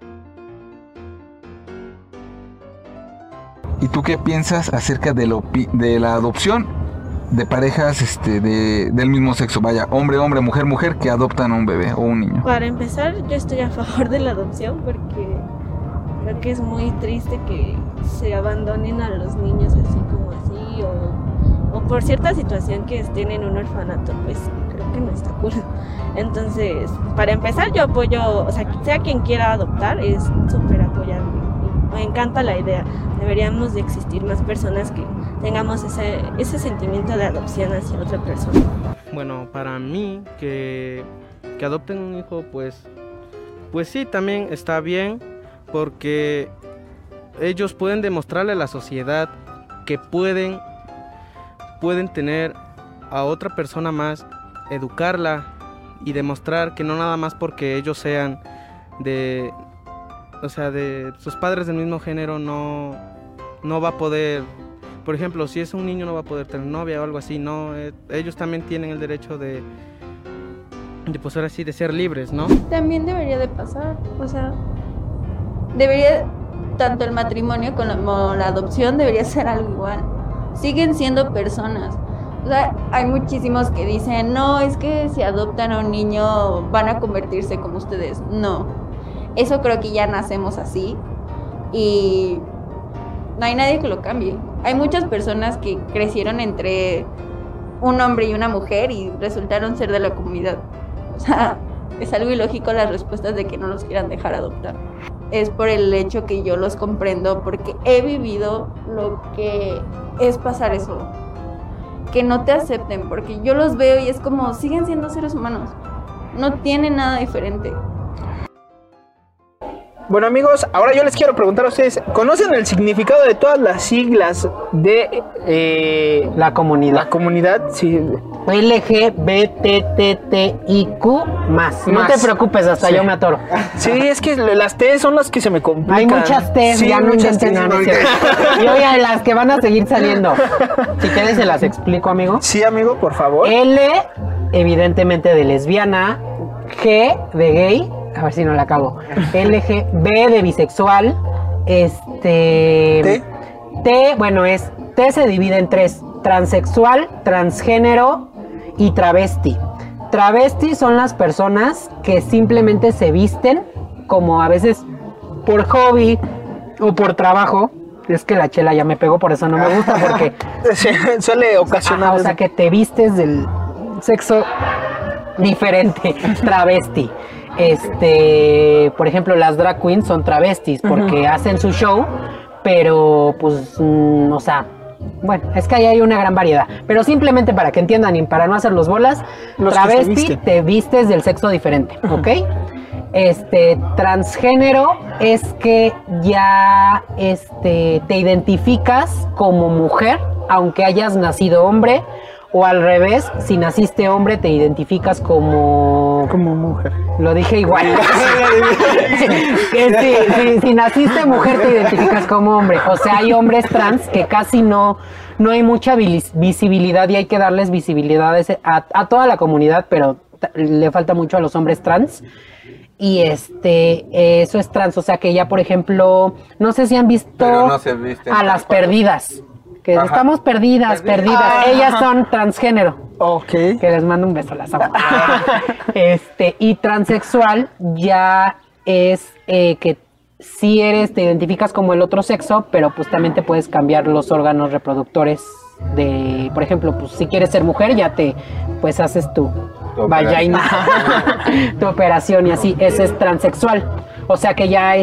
¿Y tú qué piensas acerca de la adopción de parejas del mismo sexo? Vaya, hombre, hombre, mujer, mujer, que adoptan a un bebé o un niño. Para empezar, yo estoy a favor de la adopción porque creo que es muy triste que se abandonen a los niños así como así o por cierta situación que estén en un orfanato, pues creo que no está cool. Entonces, para empezar, yo apoyo, o sea quien quiera adoptar, es súper apoyable. Me encanta la idea. Deberíamos de existir más personas que tengamos ese sentimiento de adopción hacia otra persona. Bueno, para mí que adopten un hijo, pues sí, también está bien, porque ellos pueden demostrarle a la sociedad que pueden tener a otra persona más, educarla y demostrar que no nada más porque ellos sean de sus padres del mismo género no va a poder, por ejemplo, si es un niño no va a poder tener novia o algo así, no, ellos también tienen el derecho de pues ahora sí, de ser libres, ¿no? También debería de pasar, o sea, debería, tanto el matrimonio como la adopción debería ser algo igual, siguen siendo personas. O sea, hay muchísimos que dicen, no, es que si adoptan a un niño van a convertirse como ustedes. No, eso creo que ya nacemos así y no hay nadie que lo cambie. Hay muchas personas que crecieron entre un hombre y una mujer y resultaron ser de la comunidad. O sea, es algo ilógico las respuestas de que no los quieran dejar adoptar. Es por el hecho que yo los comprendo, porque he vivido lo que es pasar eso. Que no te acepten, porque yo los veo y es como, siguen siendo seres humanos. No tienen nada diferente. Bueno amigos, ahora yo les quiero preguntar a ustedes, ¿conocen el significado de todas las siglas de la comunidad? La comunidad, sí. LGBTTIQ+. No te preocupes, hasta yo me atoro. Sí, es que las T son las que se me complican. Hay muchas T, sí, ya no muchas intenten nada. Y oye, las que van a seguir saliendo. Si quieres se las explico, amigo. Sí, amigo, por favor. L, evidentemente de lesbiana. G, de gay. A ver si no la cago. B de bisexual. T, bueno, T se divide en 3. Transexual, transgénero y travesti. Travesti son las personas que simplemente se visten como a veces por hobby o por trabajo. Es que la chela ya me pegó, por eso no me gusta, porque suele ocasionar. O sea, que te vistes del sexo diferente, travesti. Por ejemplo, las drag queens son travestis porque hacen su show, pero pues, o sea, bueno, es que ahí hay una gran variedad. Pero simplemente para que entiendan y para no hacer los bolas, travesti te vistes del sexo diferente, ¿ok? Transgénero es que ya te identificas como mujer, aunque hayas nacido hombre. O al revés, si naciste hombre, te identificas como mujer. Lo dije igual. Si naciste mujer, te identificas como hombre. O sea, hay hombres trans que casi no hay mucha visibilidad y hay que darles visibilidad a toda la comunidad, pero le falta mucho a los hombres trans. Y eso es trans, o sea que ya, por ejemplo, no sé si han visto a las perdidas. Que estamos perdidas. Ellas son transgénero. Ok. Que les mando un beso a las aguas. Y transexual ya es que si te identificas como el otro sexo, pero pues también te puedes cambiar los órganos reproductores por ejemplo, pues si quieres ser mujer, ya pues haces tu vagina, tu operación y así. Ese es transexual. O sea que ya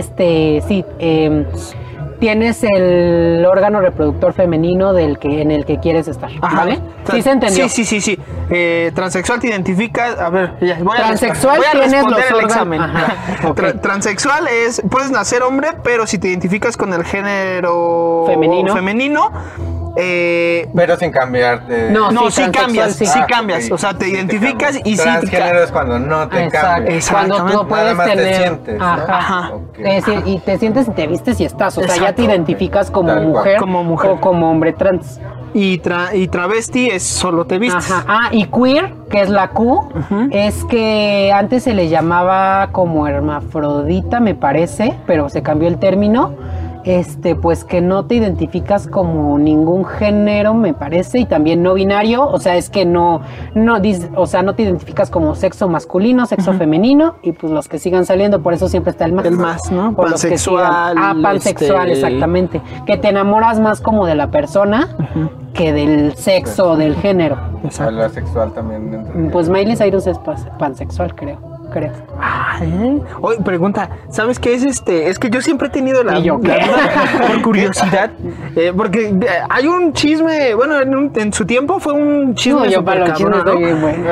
tienes el órgano reproductor femenino en el que quieres estar, ¿vale? ¿Sí se entendió? Sí. Transexual te identificas, a ver, transexual voy a tienes responder los el examen. Okay. Transexual puedes nacer hombre, pero si te identificas con el género femenino Pero sin cambiarte. No, sí transexual, cambias, sí. sí Ah, cambias. ok. O sea, te Sí identificas y sí. Transgénero es cuando no te cambias. Cuando tú puedes Nada más tener. te sientes, ¿no? Ajá. Ok. Es decir, y te sientes y te vistes y estás. O sea, ya Exacto. te identificas como Tal cual. mujer, Como mujer. o como hombre trans. Y travesti es solo te vistes. Ajá. Ah, y queer, que es la Q, es que antes se le llamaba como hermafrodita, me parece, pero se cambió el término. Pues que no te identificas como ningún género, me parece, y también no binario, o sea, es que no te identificas como sexo masculino, sexo femenino, y pues los que sigan saliendo, por eso siempre está el más. El más, ¿no? O los que Pansexual. sigan. Pansexual, exactamente. Que te enamoras más como de la persona que del sexo o del género. A lo sexual también. entra. Pues Miley Cyrus es pansexual, creo. Oye, pregunta, ¿sabes qué es Es que yo siempre he tenido la ¿Y yo qué? duda, por curiosidad, porque hay un chisme, bueno, en su tiempo fue un chisme No, yo súper para los cabrón, chismes ¿no? soy bien bueno.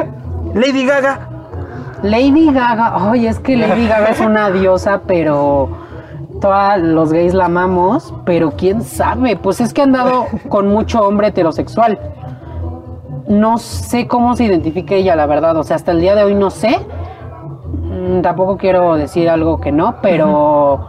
Lady Gaga, Oye, es que Lady Gaga es una diosa, pero todos los gays la amamos, pero quién sabe, pues es que han dado con mucho hombre heterosexual. No sé cómo se identifica ella, la verdad, o sea, hasta el día de hoy no sé. Tampoco quiero decir algo que no, pero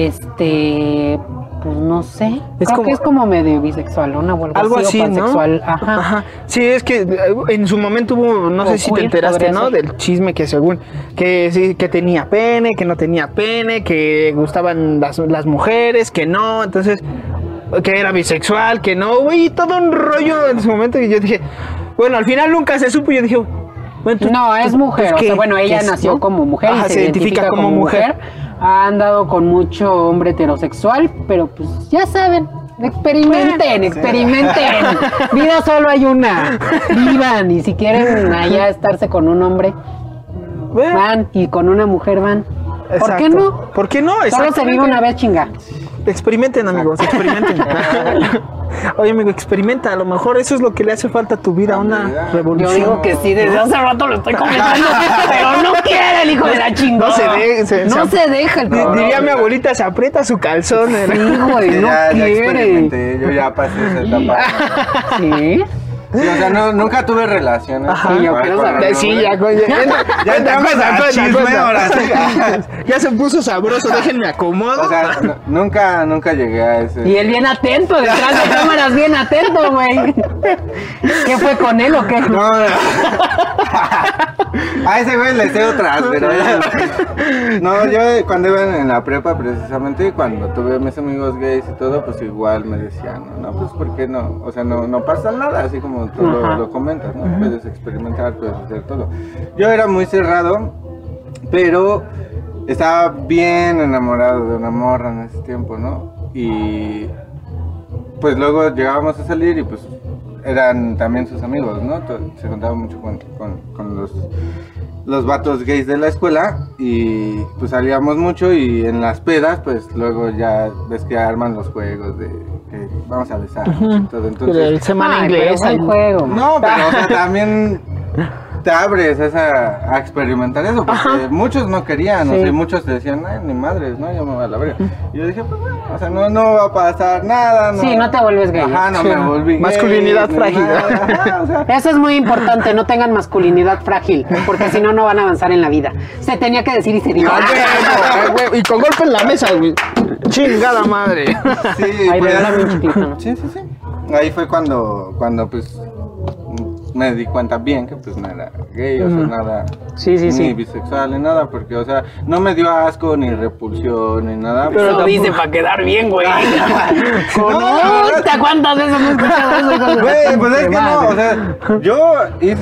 pues no sé. Creo que es como medio bisexual, ¿no? Algo así, o pansexual. ¿no? Ajá. Sí, es que en su momento hubo, no O sé si te queer, enteraste, podría ¿no? ser. Del chisme que según, que sí, que tenía pene, que no tenía pene, que gustaban las mujeres, que no, entonces, que era bisexual, que no, güey, todo un rollo en su momento, y yo dije, bueno, al final nunca se supo, y yo dije, bueno, no, es mujer, o sea, bueno, ella nació ¿no? como mujer Ajá, y se identifica como mujer. Ha andado con mucho hombre heterosexual, pero pues ya saben, experimenten. Vida solo hay una. Vivan, y si quieren allá estarse con un hombre, van, y con una mujer van. ¿Por qué no? ¿Por qué no? Solo se vive una vez, chinga. Experimenten, amigos, experimenten. Oye, amigo, experimenta. A lo mejor eso es lo que le hace falta a tu vida, una revolución. Yo digo que sí, desde hace rato lo estoy comentando, pero no quiere el hijo de la chingada. No se deja el cabrón. Diría mi abuelita, se aprieta su calzón. Sí, güey, no ya quiere. experimenté, yo ya pasé esa etapa. ¿Sí? Sí, o sea, nunca tuve relaciones. Ajá, yo quiero saber. Sí, ya entramos al chisme, ahora sí. Ya se puso sabroso, déjenme acomodo. O sea, nunca llegué a ese. Y él bien atento, detrás de cámaras bien atento, güey. ¿Qué fue con él o qué? No. A ese güey le sé otras, pero no, yo cuando iba en la prepa precisamente, cuando tuve mis amigos gays y todo, pues igual me decían, no, pues ¿por qué no? O sea, no pasa nada, así como tú lo comentas, ¿no? Puedes experimentar, puedes hacer todo. Yo era muy cerrado, pero estaba bien enamorado de una morra en ese tiempo, ¿no? Y pues luego llegábamos a salir y pues eran también sus amigos, ¿no? Se juntaba mucho con los vatos gays de la escuela y pues salíamos mucho y en las pedas pues luego ya ves que arman los juegos de que vamos a besar y todo, entonces semana inglesa, el juego. no, pero o sea, también te abres a experimentar eso, porque muchos no querían, o sea, muchos decían, ay, ni madres, no, yo me voy a la verga. Y yo dije, pues bueno, o sea, no va a pasar nada, no. Sí, no te vuelves gay. Ajá, no me volví gay. Masculinidad frágil. Ajá, o sea, Eso es muy importante, no tengan masculinidad frágil, porque si no, no van a avanzar en la vida. Se tenía que decir y se dijo. Y con golpe en la mesa, güey. Chingada madre. sí, Ay, pues, regálame un chiquito, ¿no? sí. Ahí fue cuando pues me di cuenta bien que pues no era gay, o sea, nada, ni bisexual, ni nada, porque, o sea, no me dio asco, ni repulsión, ni nada. Pero lo dice para quedar bien, güey. ¿Cuántas veces me he escuchado eso? Güey, pues es que no, o sea, yo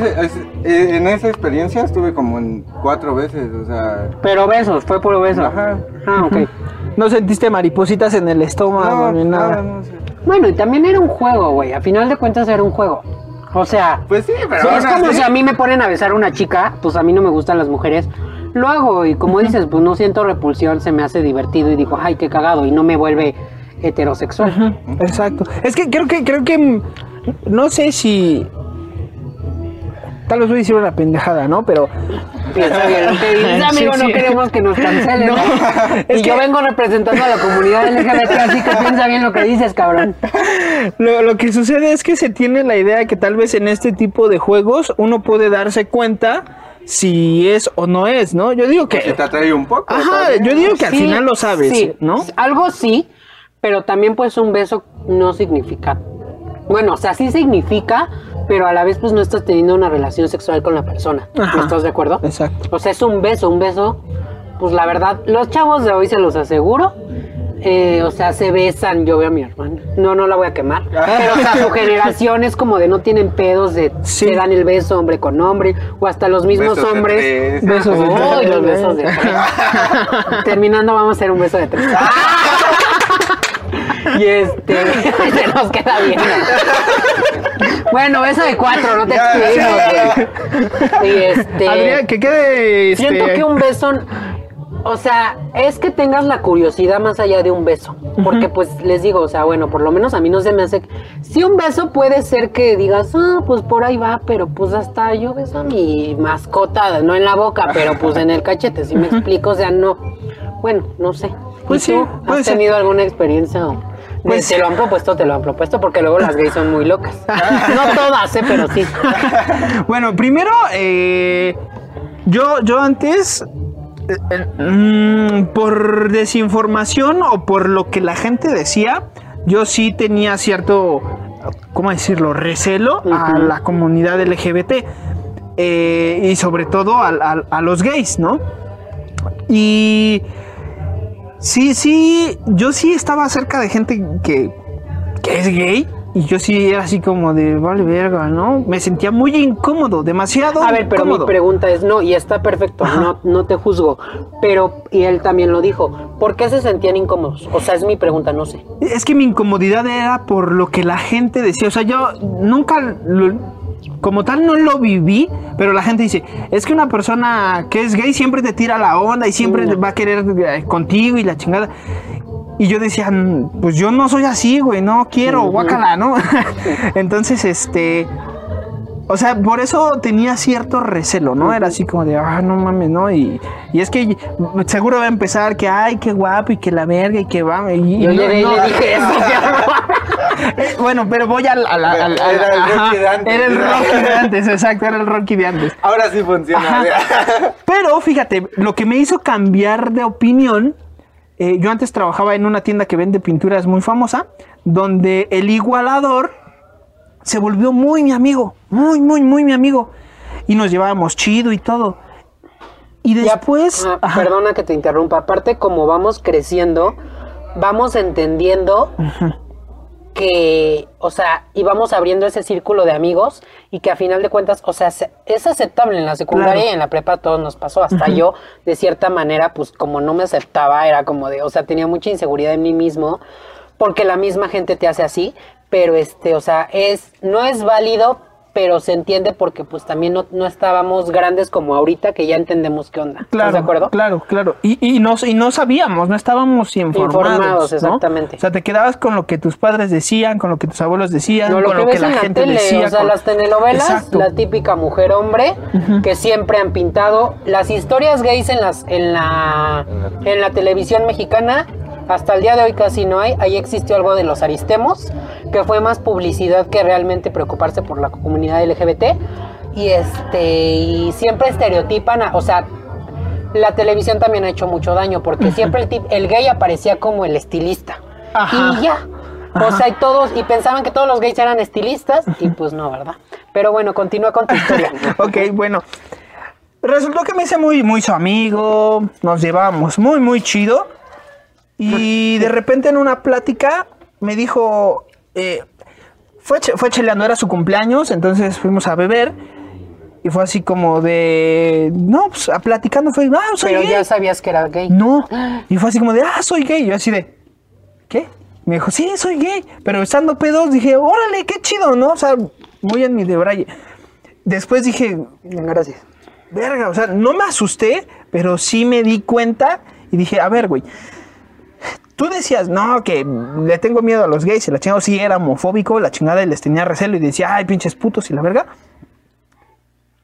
en esa experiencia estuve como en 4 veces, o sea. Pero besos, fue puro beso. Ajá. Ah, ok. No sentiste maripositas en el estómago ni nada. No sé. Bueno, y también era un juego, güey. A final de cuentas era un juego. O sea, pues sí, pero es como si a mí me ponen a besar a una chica, pues a mí no me gustan las mujeres. Lo hago y como dices, pues no siento repulsión, se me hace divertido y digo, ay, qué cagado, y no me vuelve heterosexual. Exacto. Es que creo que no sé si tal vez voy a decir una pendejada, ¿no? Pero piensa bien lo que dices, amigo, Sí, no sí. queremos que nos cancelen. No, Y yo vengo representando a la comunidad LGBT, así que piensa bien lo que dices, cabrón. Lo que sucede es que se tiene la idea que tal vez en este tipo de juegos uno puede darse cuenta si es o no es, ¿no? Yo digo que... Que te atrae un poco. Ajá, también. yo digo que al Sí, final lo sabes, sí, ¿no? Algo sí, pero también pues un beso no significa. Bueno, o sea, sí significa, pero a la vez pues no estás teniendo una relación sexual con la persona. Ajá. ¿No estás de acuerdo? Exacto. O sea, es un beso, pues la verdad, los chavos de hoy se los aseguro. O sea, se besan, yo veo a mi hermana. No la voy a quemar. Pero, o sea, su generación es como de no tienen pedos de se dan el beso hombre con hombre, o hasta los mismos Besos de hombres. tres. Besos de ¡Ay, tres! los besos de tres! Terminando, vamos a hacer un beso de tres. Y se nos queda bien. Bueno, beso de 4, no te explico. Y Adrián, que quede... siento que un beso, o sea, es que tengas la curiosidad más allá de un beso. Porque pues les digo, o sea, bueno, por lo menos a mí no se me hace... Si un beso puede ser que digas, pues por ahí va, pero pues hasta yo beso a mi mascota, no en la boca, pero pues en el cachete, ¿sí me explico? O sea, no... Bueno, no sé. Pues ¿Y tú? sí, puede ¿Has ser. tenido alguna experiencia? Pues- te lo han propuesto, porque luego las gays son muy locas. No todas, pero sí. Bueno, primero, yo antes, por desinformación o por lo que la gente decía, yo sí tenía cierto, ¿cómo decirlo?, recelo a la comunidad LGBT. Y sobre todo a los gays, ¿no? Y sí, yo sí estaba cerca de gente que es gay. Y yo sí era así como de, vale, verga, ¿no? Me sentía muy incómodo, demasiado A ver, pero incómodo. mi pregunta es, no, y está perfecto, no te juzgo, pero, y él también lo dijo, ¿por qué se sentían incómodos? O sea, es mi pregunta, no sé. Es que mi incomodidad era por lo que la gente decía. O sea, yo nunca, como tal, no lo viví, pero la gente dice, es que una persona que es gay siempre te tira la onda y siempre va a querer contigo y la chingada. Y yo decía, pues yo no soy así, güey, no quiero, guácala, ¿no? Entonces, o sea, por eso tenía cierto recelo, ¿no? Era así como de, no mames, ¿no? Y es que seguro va a empezar que, ay, qué guapo y que la verga y que va. Y Yo llegué y le dije eso. Bueno, pero voy al Era el Rocky de antes. Era el Rocky de antes, exacto, era el Rocky de antes. Ahora sí funciona. Pero fíjate, lo que me hizo cambiar de opinión, yo antes trabajaba en una tienda que vende pinturas muy famosa, donde el igualador se volvió muy mi amigo, muy mi amigo. Y nos llevábamos chido y todo. Y después... Perdona que te interrumpa, aparte como vamos creciendo, vamos entendiendo que, o sea, y vamos abriendo ese círculo de amigos y que a final de cuentas, o sea, es aceptable en la secundaria Claro. y en la prepa a todos nos pasó, hasta yo, de cierta manera, pues como no me aceptaba, era como de, o sea, tenía mucha inseguridad en mí mismo, porque la misma gente te hace así, pero o sea, no es válido, pero se entiende porque pues también no estábamos grandes como ahorita, que ya entendemos qué onda. Claro, ¿Estás de acuerdo? Claro. Y no sabíamos, no estábamos informados, ¿no? Exactamente. O sea, te quedabas con lo que tus padres decían, con lo que tus abuelos decían, No, lo con que lo que ves la en la gente tele, decía. o sea, con- las telenovelas, Exacto. la típica mujer-hombre, que siempre han pintado las historias gays en la televisión mexicana. Hasta el día de hoy casi no hay. Ahí existió algo de los Aristemos, que fue más publicidad que realmente preocuparse por la comunidad LGBT. Y siempre estereotipan, o sea, la televisión también ha hecho mucho daño, porque siempre el gay aparecía como el estilista. Ajá. Y ya. O sea, y pensaban que todos los gays eran estilistas, y pues no, ¿verdad? Pero bueno, continúa con tu historia. Ok, bueno. Resultó que me hice muy su amigo, nos llevábamos muy chido. Y de repente en una plática me dijo, fue cheleando, era su cumpleaños, entonces fuimos a beber. Y fue así como de, no, pues platicando fue, soy Pero gay. ya sabías que era gay. No, y fue así como de, soy gay. Y yo así de, ¿qué? Me dijo, sí, soy gay. Pero estando pedos dije, órale, qué chido, ¿no? O sea, muy en mi debraye. Después dije, gracias. Verga, o sea, no me asusté, pero sí me di cuenta y dije, a ver, güey. Tú decías, no, que le tengo miedo a los gays y la chingada, sí era homofóbico, la chingada y les tenía recelo y decía, ay, pinches putos y la verga.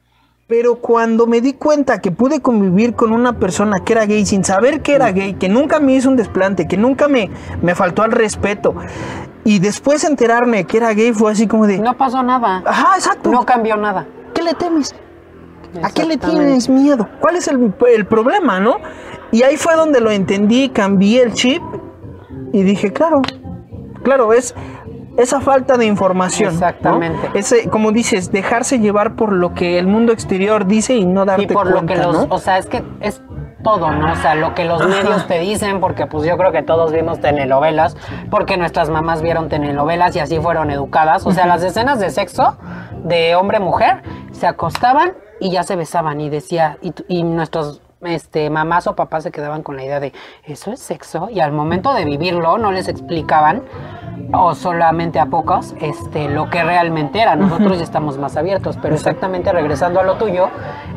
Pero cuando me di cuenta que pude convivir con una persona que era gay sin saber que era gay, que nunca me hizo un desplante, que nunca me faltó al respeto, y después enterarme que era gay, fue así como de... No pasó nada. Ajá, exacto. No cambió nada. ¿Qué le temes? ¿A qué le tienes miedo? ¿Cuál es el problema, no? Y ahí fue donde lo entendí, cambié el chip y dije, claro, es esa falta de información. Exactamente. ¿No? Ese, como dices, dejarse llevar por lo que el mundo exterior dice y no darte y por cuenta, lo que ¿no? O sea, es que es todo, ¿no? O sea, lo que los medios te dicen, porque pues yo creo que todos vimos telenovelas, porque nuestras mamás vieron telenovelas y así fueron educadas. O sea, las escenas de sexo de hombre-mujer se acostaban y ya se besaban y decía, y nuestros mamás o papás se quedaban con la idea de ¿eso es sexo? Y al momento de vivirlo no les explicaban, o solamente a pocos, lo que realmente era. Nosotros ya estamos más abiertos, pero exactamente regresando a lo tuyo,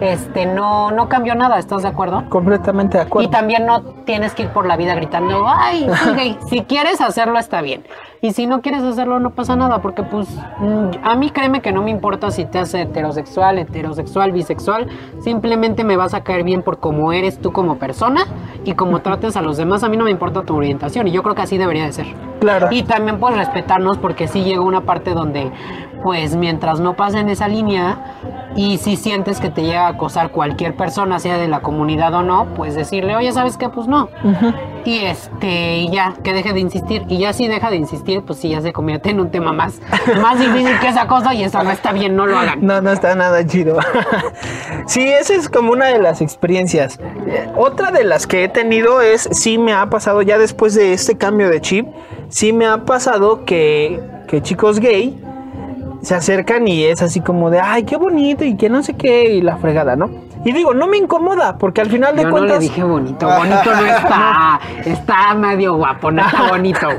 no cambió nada, ¿estás de acuerdo? Completamente de acuerdo. Y también no tienes que ir por la vida gritando, ay, soy gay. Si quieres hacerlo está bien. Y si no quieres hacerlo no pasa nada, porque pues a mí créeme que no me importa si te hace heterosexual, bisexual, simplemente me vas a caer bien por cómo eres tú como persona y cómo trates a los demás. A mí no me importa tu orientación y yo creo que así debería de ser. Claro. Y también pues respetarnos, porque sí llega una parte donde pues mientras no pasen esa línea y si sientes que te llega a acosar cualquier persona, sea de la comunidad o no, pues decirle, oye, ¿sabes qué? Pues no. Y y ya, que deje de insistir. Y ya si deja de insistir, pues sí, ya se convierte en un tema más difícil que esa cosa, y eso no está bien, no lo hagan. No está nada chido. Sí, esa es como una de las experiencias. Otra de las que he tenido es, sí me ha pasado ya después de este cambio de chip, sí me ha pasado que chicos gay se acercan y es así como de, ay, qué bonito y que no sé qué, y la fregada, ¿no? Y digo, no me incomoda, porque al final de cuentas... Yo no le dije bonito no está, está medio guapo, no está bonito.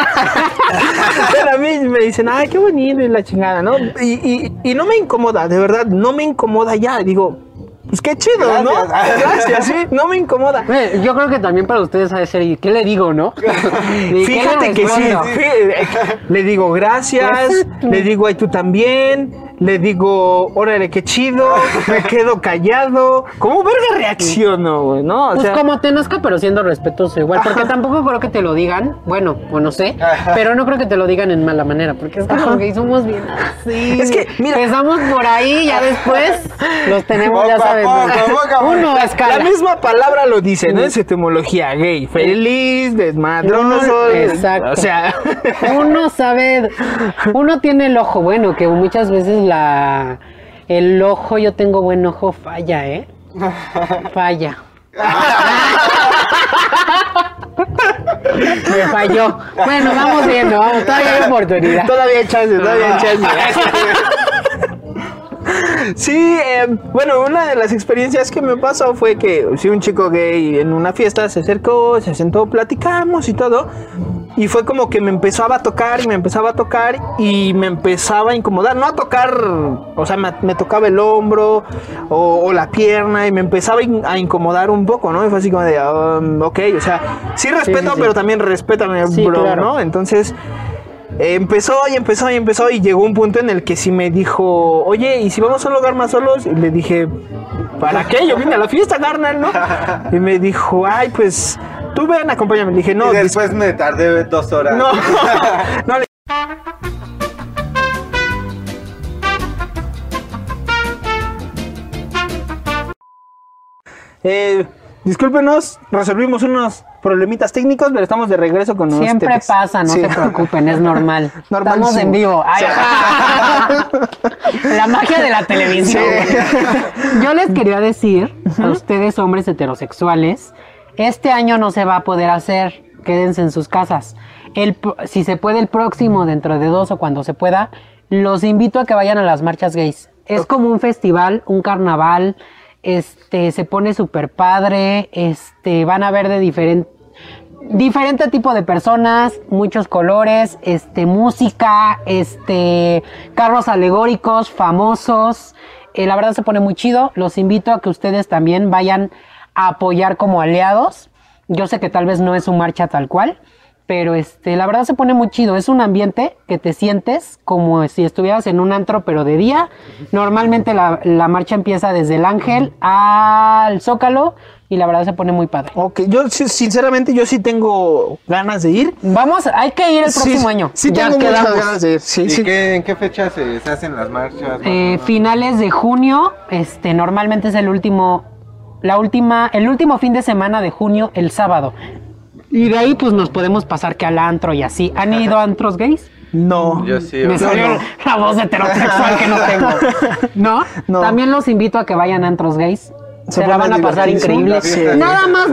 Pero a mí me dicen, ay, qué bonito y la chingada, ¿no? Y no me incomoda, de verdad, no me incomoda ya, digo... Pues qué chido, gracias, ¿no? Gracias, sí, no me incomoda. Yo creo que también para ustedes ha de ser, ¿y qué le digo, no? Fíjate que sí, le digo gracias, le digo, ay, tú también, le digo, órale, qué chido, me quedo callado. ¿Cómo verga reacciono, güey, no? O sea, pues como te nazca, pero siendo respetuoso igual, porque tampoco creo que te lo digan, bueno, o no sé, pero no creo que te lo digan en mala manera, porque es que como que somos bien así. Es que, mira, empezamos por ahí, ya después los tenemos, ya sabes. Uno escala. La misma palabra lo dice, ¿no? Es etimología gay, feliz, desmadroso. Exacto. O sea, uno sabe, uno tiene el ojo bueno, que muchas veces el ojo, yo tengo buen ojo, falla, ¿eh? Falla. Me falló. Bueno, vamos viendo, todavía hay oportunidad. Todavía hay chance. Sí, bueno, una de las experiencias que me pasó fue que un chico gay en una fiesta se acercó, se sentó, platicamos y todo, y fue como que me empezaba a tocar y me empezaba a incomodar, no a tocar, o sea, me tocaba el hombro o la pierna y me empezaba a incomodar un poco, ¿no? Y fue así como de, ok, o sea, sí respeto, sí. Pero también respétame, sí, bro, claro. ¿No? Entonces... Empezó y llegó un punto en el que sí me dijo, oye, ¿y si vamos a un lugar más solos? Y le dije, ¿para qué? Yo vine a la fiesta, carnal, ¿no? Y me dijo, ay, pues, tú ven, acompáñame. Le dije, no. Y después me tardé 2 horas. No. Discúlpenos, resolvimos unos problemitas técnicos, pero estamos de regreso con ustedes. Siempre pasa, no se preocupen, es normal. Estamos en vivo. Ay, la magia de la televisión. Sí. Yo les quería decir a ustedes, hombres heterosexuales, este año no se va a poder hacer, quédense en sus casas. Si se puede el próximo, dentro de 2 o cuando se pueda, los invito a que vayan a las marchas gays. Es como un festival, un carnaval. Se pone súper padre, van a ver de diferente tipo de personas, muchos colores, música, carros alegóricos, famosos, la verdad se pone muy chido. Los invito a que ustedes también vayan a apoyar como aliados. Yo sé que tal vez no es su marcha tal cual, Pero la verdad se pone muy chido. Es un ambiente que te sientes como si estuvieras en un antro, pero de día. Normalmente la marcha empieza desde el Ángel al Zócalo y la verdad se pone muy padre. Ok, yo sinceramente yo sí tengo ganas de ir. Vamos, hay que ir el próximo año. Sí, Ya tengo muchas quedamos. ganas de ir. Sí, ¿Y sí. en qué fecha se hacen las marchas? Finales de junio, normalmente es el último fin de semana de junio, el sábado. Y de ahí pues nos podemos pasar que al antro y así. ¿Han ido a antros gays? No. Yo sí. Me salió la voz heterosexual que no tengo. ¿No? No. También los invito a que vayan a antros gays. Se la van a pasar divertidísimo. increíble. Sí. Nada más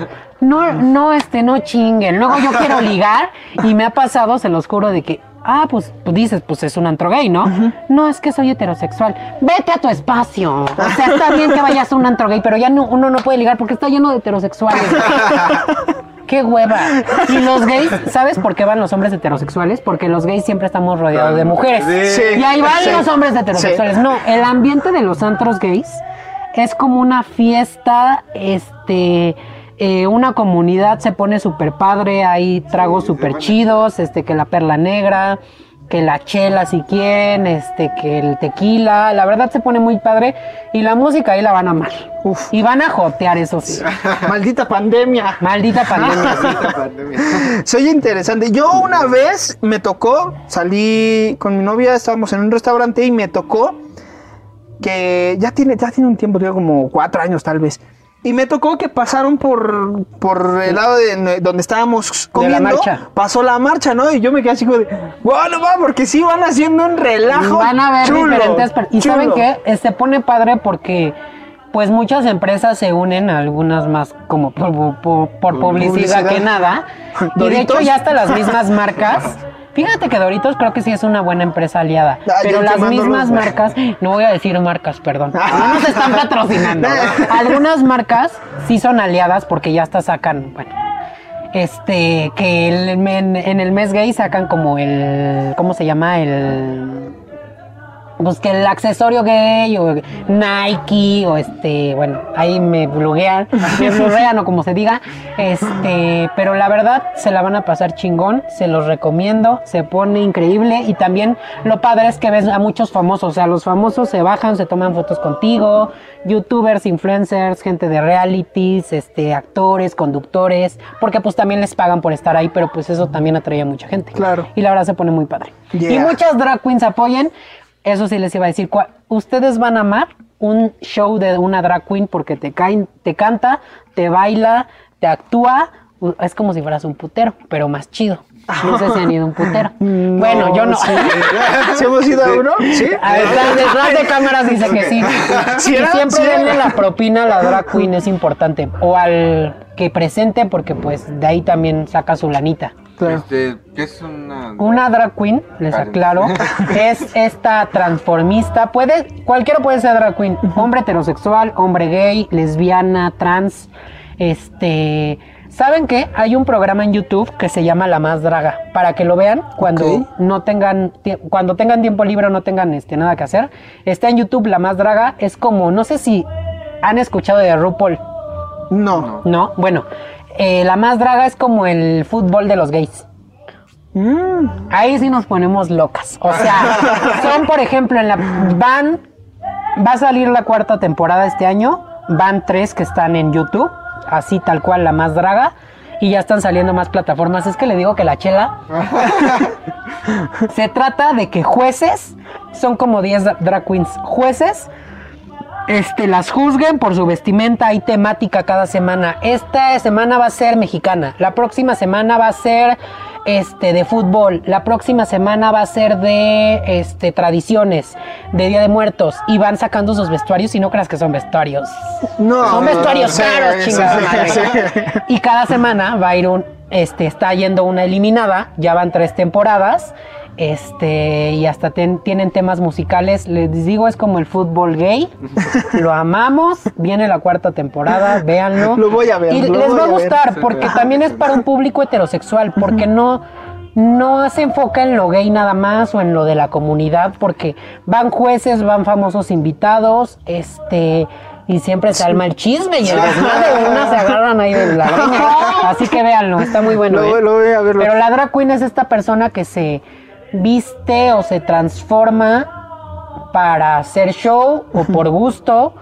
no chinguen. Luego yo quiero ligar y me ha pasado, se los juro, de que pues dices, pues es un antro gay, ¿no? No, es que soy heterosexual. Vete a tu espacio. O sea, está bien que vayas a un antro gay, pero ya uno no puede ligar porque está lleno de heterosexuales. ¡Qué hueva! Y los gays, ¿sabes por qué van los hombres heterosexuales? Porque los gays siempre estamos rodeados de mujeres. Sí. Y ahí van Sí. los hombres heterosexuales. Sí. No, el ambiente de los antros gays es como una fiesta, una comunidad se pone súper padre, hay tragos súper chidos, que la perla negra, que la chela si quieren, que el tequila, la verdad se pone muy padre y la música ahí la van a amar. Uf. Y van a jotear, eso sí. Maldita pandemia. Maldita pandemia. Soy interesante. Yo una vez me tocó, salí con mi novia, estábamos en un restaurante y me tocó que ya tiene un tiempo, tiene como 4 años tal vez. Y me tocó que pasaron por el lado de donde estábamos comiendo. De la marcha. Pasó la marcha, ¿no? Y yo me quedé así como de, wow, no va, porque sí van haciendo un relajo. Van a ver chulo, diferentes. Y chulo. ¿saben qué? Se pone padre porque pues muchas empresas se unen, algunas más como por publicidad que nada. Y de hecho ya hasta las mismas marcas. Fíjate que Doritos creo que sí es una buena empresa aliada, pero las mismas marcas, no voy a decir marcas, perdón, no nos están patrocinando. Algunas marcas sí son aliadas porque ya hasta sacan, bueno, que en el mes gay sacan como ¿cómo se llama? Pues que el accesorio gay o Nike o bueno, ahí me blurean o como se diga, pero la verdad se la van a pasar chingón, se los recomiendo, se pone increíble y también lo padre es que ves a muchos famosos, o sea, los famosos se bajan, se toman fotos contigo, youtubers, influencers, gente de realities, actores, conductores, porque pues también les pagan por estar ahí, pero pues eso también atrae a mucha gente. Claro. Y la verdad se pone muy padre. Yeah. Y muchas drag queens apoyen. Eso sí les iba a decir, ustedes van a amar un show de una drag queen porque te canta, te baila, te actúa, es como si fueras un putero, pero más chido. No sé si han ido a un putero. No, bueno, yo no. ¿Sí hemos ido a uno? ¿Sí? Detrás de cámaras dice que sí. ¿Sí era? Y siempre ¿Sí era? denle la propina a la drag queen, es importante. O al que presente, porque pues de ahí también saca su lanita. Claro. ¿Qué es una...? Una drag queen, les aclaro, es esta transformista, cualquiera puede ser drag queen, hombre heterosexual, hombre gay, lesbiana, trans, ¿saben qué? Hay un programa en YouTube que se llama La Más Draga, para que lo vean cuando cuando tengan tiempo libre o no tengan nada que hacer. Está en YouTube La Más Draga, es como, no sé si han escuchado de RuPaul. No. No, bueno, La Más Draga es como el fútbol de los gays. Ahí sí nos ponemos locas. O sea, son por ejemplo va a salir la 4ª temporada este año. Van 3 que están en YouTube, así tal cual La Más Draga. Y ya están saliendo más plataformas. Es que le digo que la chela se trata de que jueces, son como 10 drag queens, jueces las juzguen por su vestimenta. Hay temática cada semana. Esta semana va a ser mexicana, la próxima semana va a ser de fútbol, la próxima semana va a ser de tradiciones, de Día de Muertos, y van sacando sus vestuarios y no creas que son vestuarios. No, son vestuarios caros, chingada madre. Y cada semana va a ir está yendo una eliminada, ya van 3 temporadas. Y hasta tienen temas musicales. Les digo, es como el fútbol gay. Lo amamos. Viene la 4ª temporada, véanlo. Lo voy a ver. Y les va a gustar porque también es para un público heterosexual, porque no se enfoca en lo gay nada más o en lo de la comunidad, porque van jueces, van famosos invitados, Y siempre se alma el chisme y el desmadre, unas se agarran ahí de la greña. Así que véanlo, está muy bueno. Lo voy a ver. Pero la drag queen es esta persona que se viste o se transforma para hacer show o por gusto.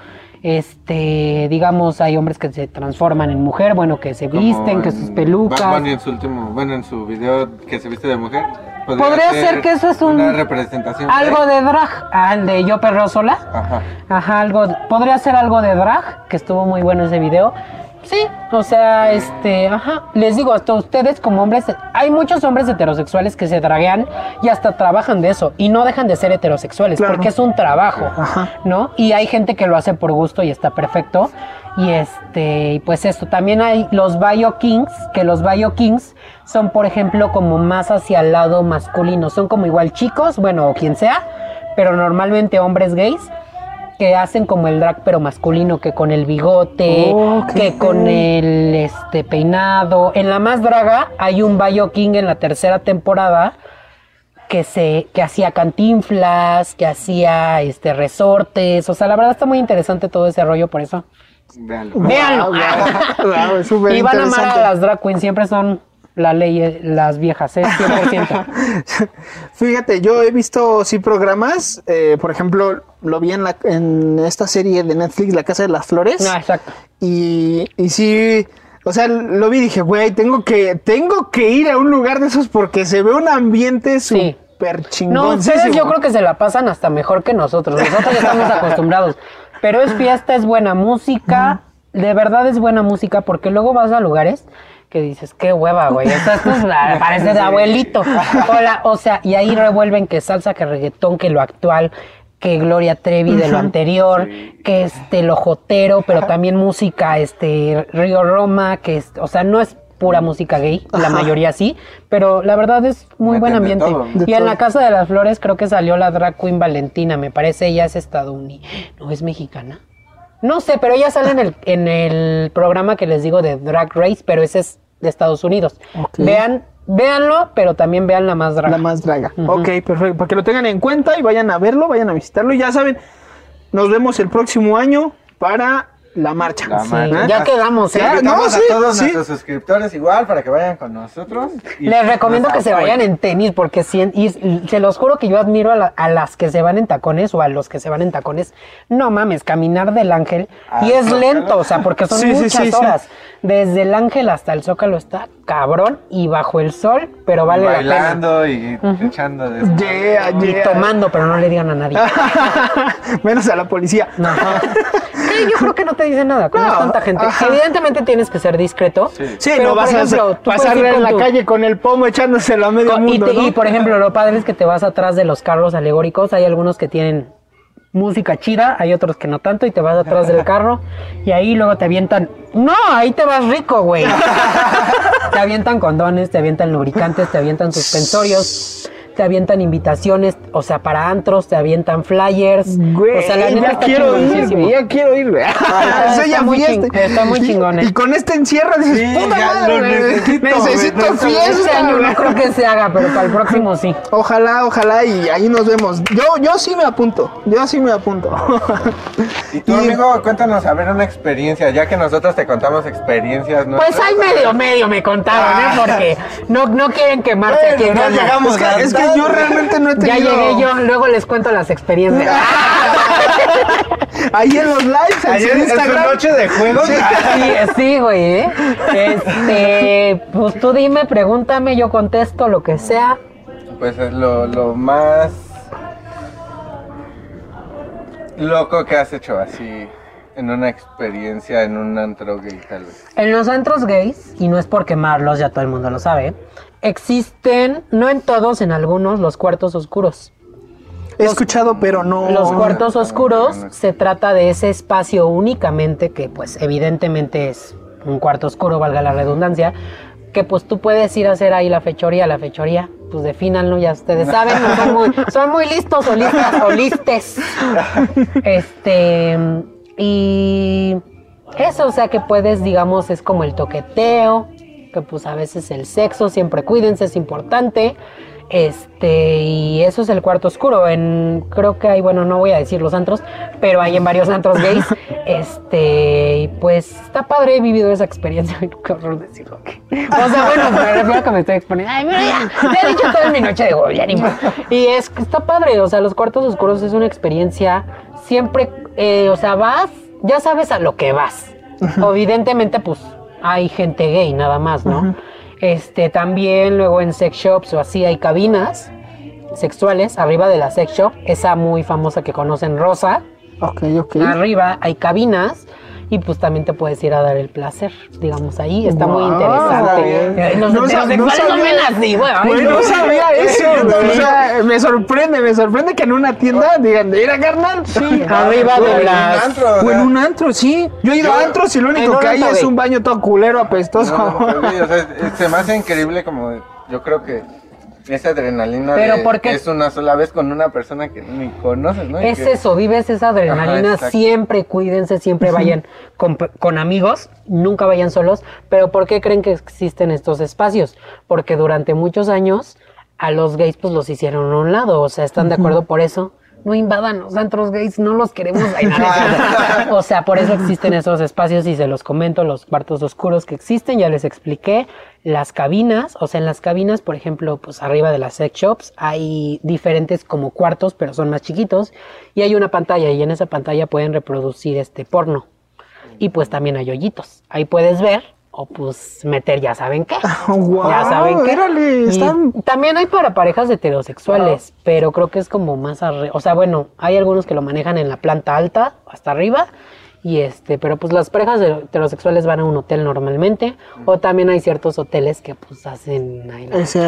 Digamos, hay hombres que se transforman en mujer, bueno, que se visten, que sus pelucas. Bad Bunny en su video que se viste de mujer. Podría ser que eso es una representación. Algo de drag, el de Yo Perreo Sola. Ajá, podría ser algo de drag, que estuvo muy bueno ese video. Sí, o sea, les digo, hasta ustedes como hombres, hay muchos hombres heterosexuales que se draguean y hasta trabajan de eso y no dejan de ser heterosexuales, claro, porque es un trabajo, ¿no? Y hay gente que lo hace por gusto y está perfecto. Y pues esto, también hay los Bio Kings, que los Bio Kings son, por ejemplo, como más hacia el lado masculino, son como igual chicos, bueno, o quien sea, pero normalmente hombres gays, que hacen como el drag pero masculino, que con el bigote, que con el peinado. En la más draga hay un Bio King en la tercera temporada que hacía cantinflas, que hacía resortes. O sea, la verdad está muy interesante todo ese rollo, por eso. Véanlo. Wow, y van a amar a las drag queens, siempre son la ley, las viejas, 100%. Fíjate, yo he visto programas, por ejemplo, lo vi en esta serie de Netflix, La Casa de las Flores. Exacto. Y sí, o sea, lo vi y dije, güey, tengo que ir a un lugar de esos porque se ve un ambiente súper chingón. No, ustedes yo creo que se la pasan hasta mejor que nosotros. Nosotros estamos acostumbrados. Pero es fiesta, es buena música. De verdad es buena música porque luego vas a lugares que dices, qué hueva, güey. Esto parece de abuelito. O sea, y ahí revuelven que salsa, que reggaetón, que lo actual, que Gloria Trevi de lo anterior, que lo jotero, pero también música, Río Roma, o sea, no es pura música gay, la mayoría sí, pero la verdad es muy buen ambiente. Y en La Casa de las Flores creo que salió la drag queen Valentina, me parece, ella es estadounidense, no es mexicana. No sé, pero ella sale en el programa que les digo de Drag Race, pero ese es de Estados Unidos. Véanlo, pero también vean La Más Draga. La Más Draga. Ok, perfecto. Para que lo tengan en cuenta y vayan a verlo, vayan a visitarlo. Y ya saben, nos vemos el próximo año para la marcha. Ya quedamos, Invitamos a todos nuestros suscriptores igual para que vayan con nosotros. Les recomiendo que se vayan en tenis porque se los juro que yo admiro a las que se van en tacones o a los que se van en tacones. No mames, caminar del Ángel y es lento, o sea, porque son muchas horas. Desde el Ángel hasta el Zócalo está cabrón y bajo el sol, pero vale la pena. Bailando y echando y tomando, pero no le digan a nadie. Menos a la policía. Yo creo que no te dice nada, como es tanta gente. Evidentemente tienes que ser discreto. Sí, pero no vas a pasarle en la calle con el pomo echándoselo a medio mundo, ¿no? Y por ejemplo, lo padre es que te vas atrás de los carros alegóricos. Hay algunos que tienen música chida, hay otros que no tanto, y te vas atrás del carro y ahí luego te avientan. No, ahí te vas rico, güey. Te avientan condones, te avientan lubricantes, te avientan suspensorios, te avientan invitaciones, o sea, para antros, te avientan flyers. Güey, o sea, la neta ya quiero ir, güey. Está muy chingón, Y con este encierro dices, puta madre, necesito fiesta. Este año no creo que se haga, pero para el próximo sí. Ojalá, y ahí nos vemos. Yo sí me apunto. Y tú, amigo, cuéntanos, a ver, una experiencia, ya que nosotros te contamos experiencias. Pues hay medio me contaron, porque no quieren quemarse aquí. No llegamos. Es que yo realmente no he tenido. Ya llegué yo, luego les cuento las experiencias. Ahí en los lives, en Instagram. ¿En su noche de juegos? Sí, güey, pues tú dime, pregúntame, yo contesto lo que sea. Pues es lo más loco que has hecho así en una experiencia en un antro gay, tal vez. En los antros gays, y no es por quemarlos, ya todo el mundo lo sabe, existen, no en todos, en algunos, los cuartos oscuros. He escuchado, pero no. Los cuartos oscuros se trata de ese espacio únicamente que, pues, evidentemente es un cuarto oscuro, valga la redundancia, que pues tú puedes ir a hacer ahí la fechoría, pues defínanlo, ya ustedes saben, no son muy listos o listas o listes. Y eso, o sea que puedes, digamos, es como el toqueteo, que pues a veces el sexo, siempre cuídense, es importante. Y eso es el cuarto oscuro. Creo que hay, bueno, no voy a decir los antros, pero hay en varios antros gays. Y pues está padre, he vivido esa experiencia. Qué horror decirlo. O sea, bueno, me refiero a que me estoy exponiendo. Ay, mira, ya he dicho todo en mi noche de gobierno. Y está padre, o sea, los cuartos oscuros es una experiencia siempre, o sea, vas, ya sabes a lo que vas. Evidentemente, pues, hay gente gay nada más, ¿no? También luego en sex shops o así hay cabinas sexuales arriba de la sex shop, esa muy famosa que conocen, Rosa. Ok. Arriba hay cabinas y pues también te puedes ir a dar el placer, digamos, ahí está muy interesante. Los heterosexuales no ven así, güey. No sabía eso. O sea, me sorprende que en una tienda digan, mira, carnal. Sí, arriba de las... O en un antro, sí. Yo he ido a antros y lo único que hay es un baño todo culero, apestoso. O sea, se me hace increíble como, yo creo que esa adrenalina es una sola vez con una persona que ni conoces, ¿no? Eso, vives esa adrenalina. Ajá, siempre cuídense, siempre vayan con amigos, nunca vayan solos. Pero ¿por qué creen que existen estos espacios? Porque durante muchos años a los gays pues los hicieron a un lado, o sea, ¿están de acuerdo por eso? No invadan los antros gays, no los queremos. O sea, por eso existen esos espacios y se los comento, los cuartos oscuros que existen, ya les expliqué. Las cabinas, o sea, en las cabinas, por ejemplo, pues arriba de las sex shops hay diferentes como cuartos, pero son más chiquitos, y hay una pantalla, y en esa pantalla pueden reproducir porno. Y pues también hay hoyitos, ahí puedes ver, o pues meter ya saben qué. Wow, ya saben qué. Están... También hay para parejas heterosexuales, pero creo que es como más o sea, bueno, hay algunos que lo manejan en la planta alta, hasta arriba, y pero pues las parejas heterosexuales van a un hotel normalmente, o también hay ciertos hoteles que pues hacen ahí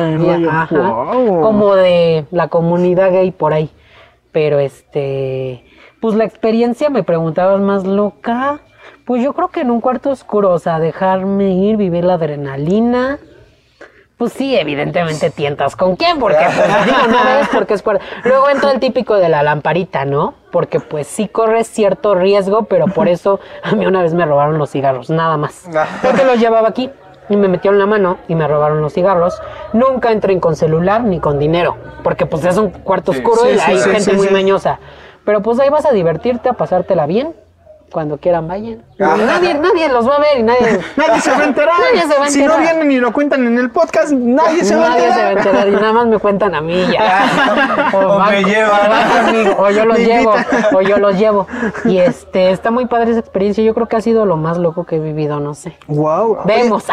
como de la comunidad gay por ahí. Pero pues la experiencia, me preguntabas, más loca. Pues yo creo que en un cuarto oscuro, o sea, dejarme ir, vivir la adrenalina. Pues sí, evidentemente tientas con quién, porque pues digo, no ves porque es cuarto. Luego entra el típico de la lamparita, ¿no? Porque pues sí corres cierto riesgo, pero por eso a mí una vez me robaron los cigarros, nada más. Porque los llevaba aquí y me metieron la mano y me robaron los cigarros. Nunca entren con celular ni con dinero, porque pues es un cuarto oscuro y hay gente muy mañosa. Pero pues ahí vas a divertirte, a pasártela bien. Cuando quieran vayan. Nadie los va a ver y nadie se va a enterar. Si no vienen y lo cuentan en el podcast, nadie se va a enterar. Y nada más me cuentan a mí ya. O me llevan. O yo los llevo. Y está muy padre esa experiencia. Yo creo que ha sido lo más loco que he vivido, no sé. Wow. Vemos.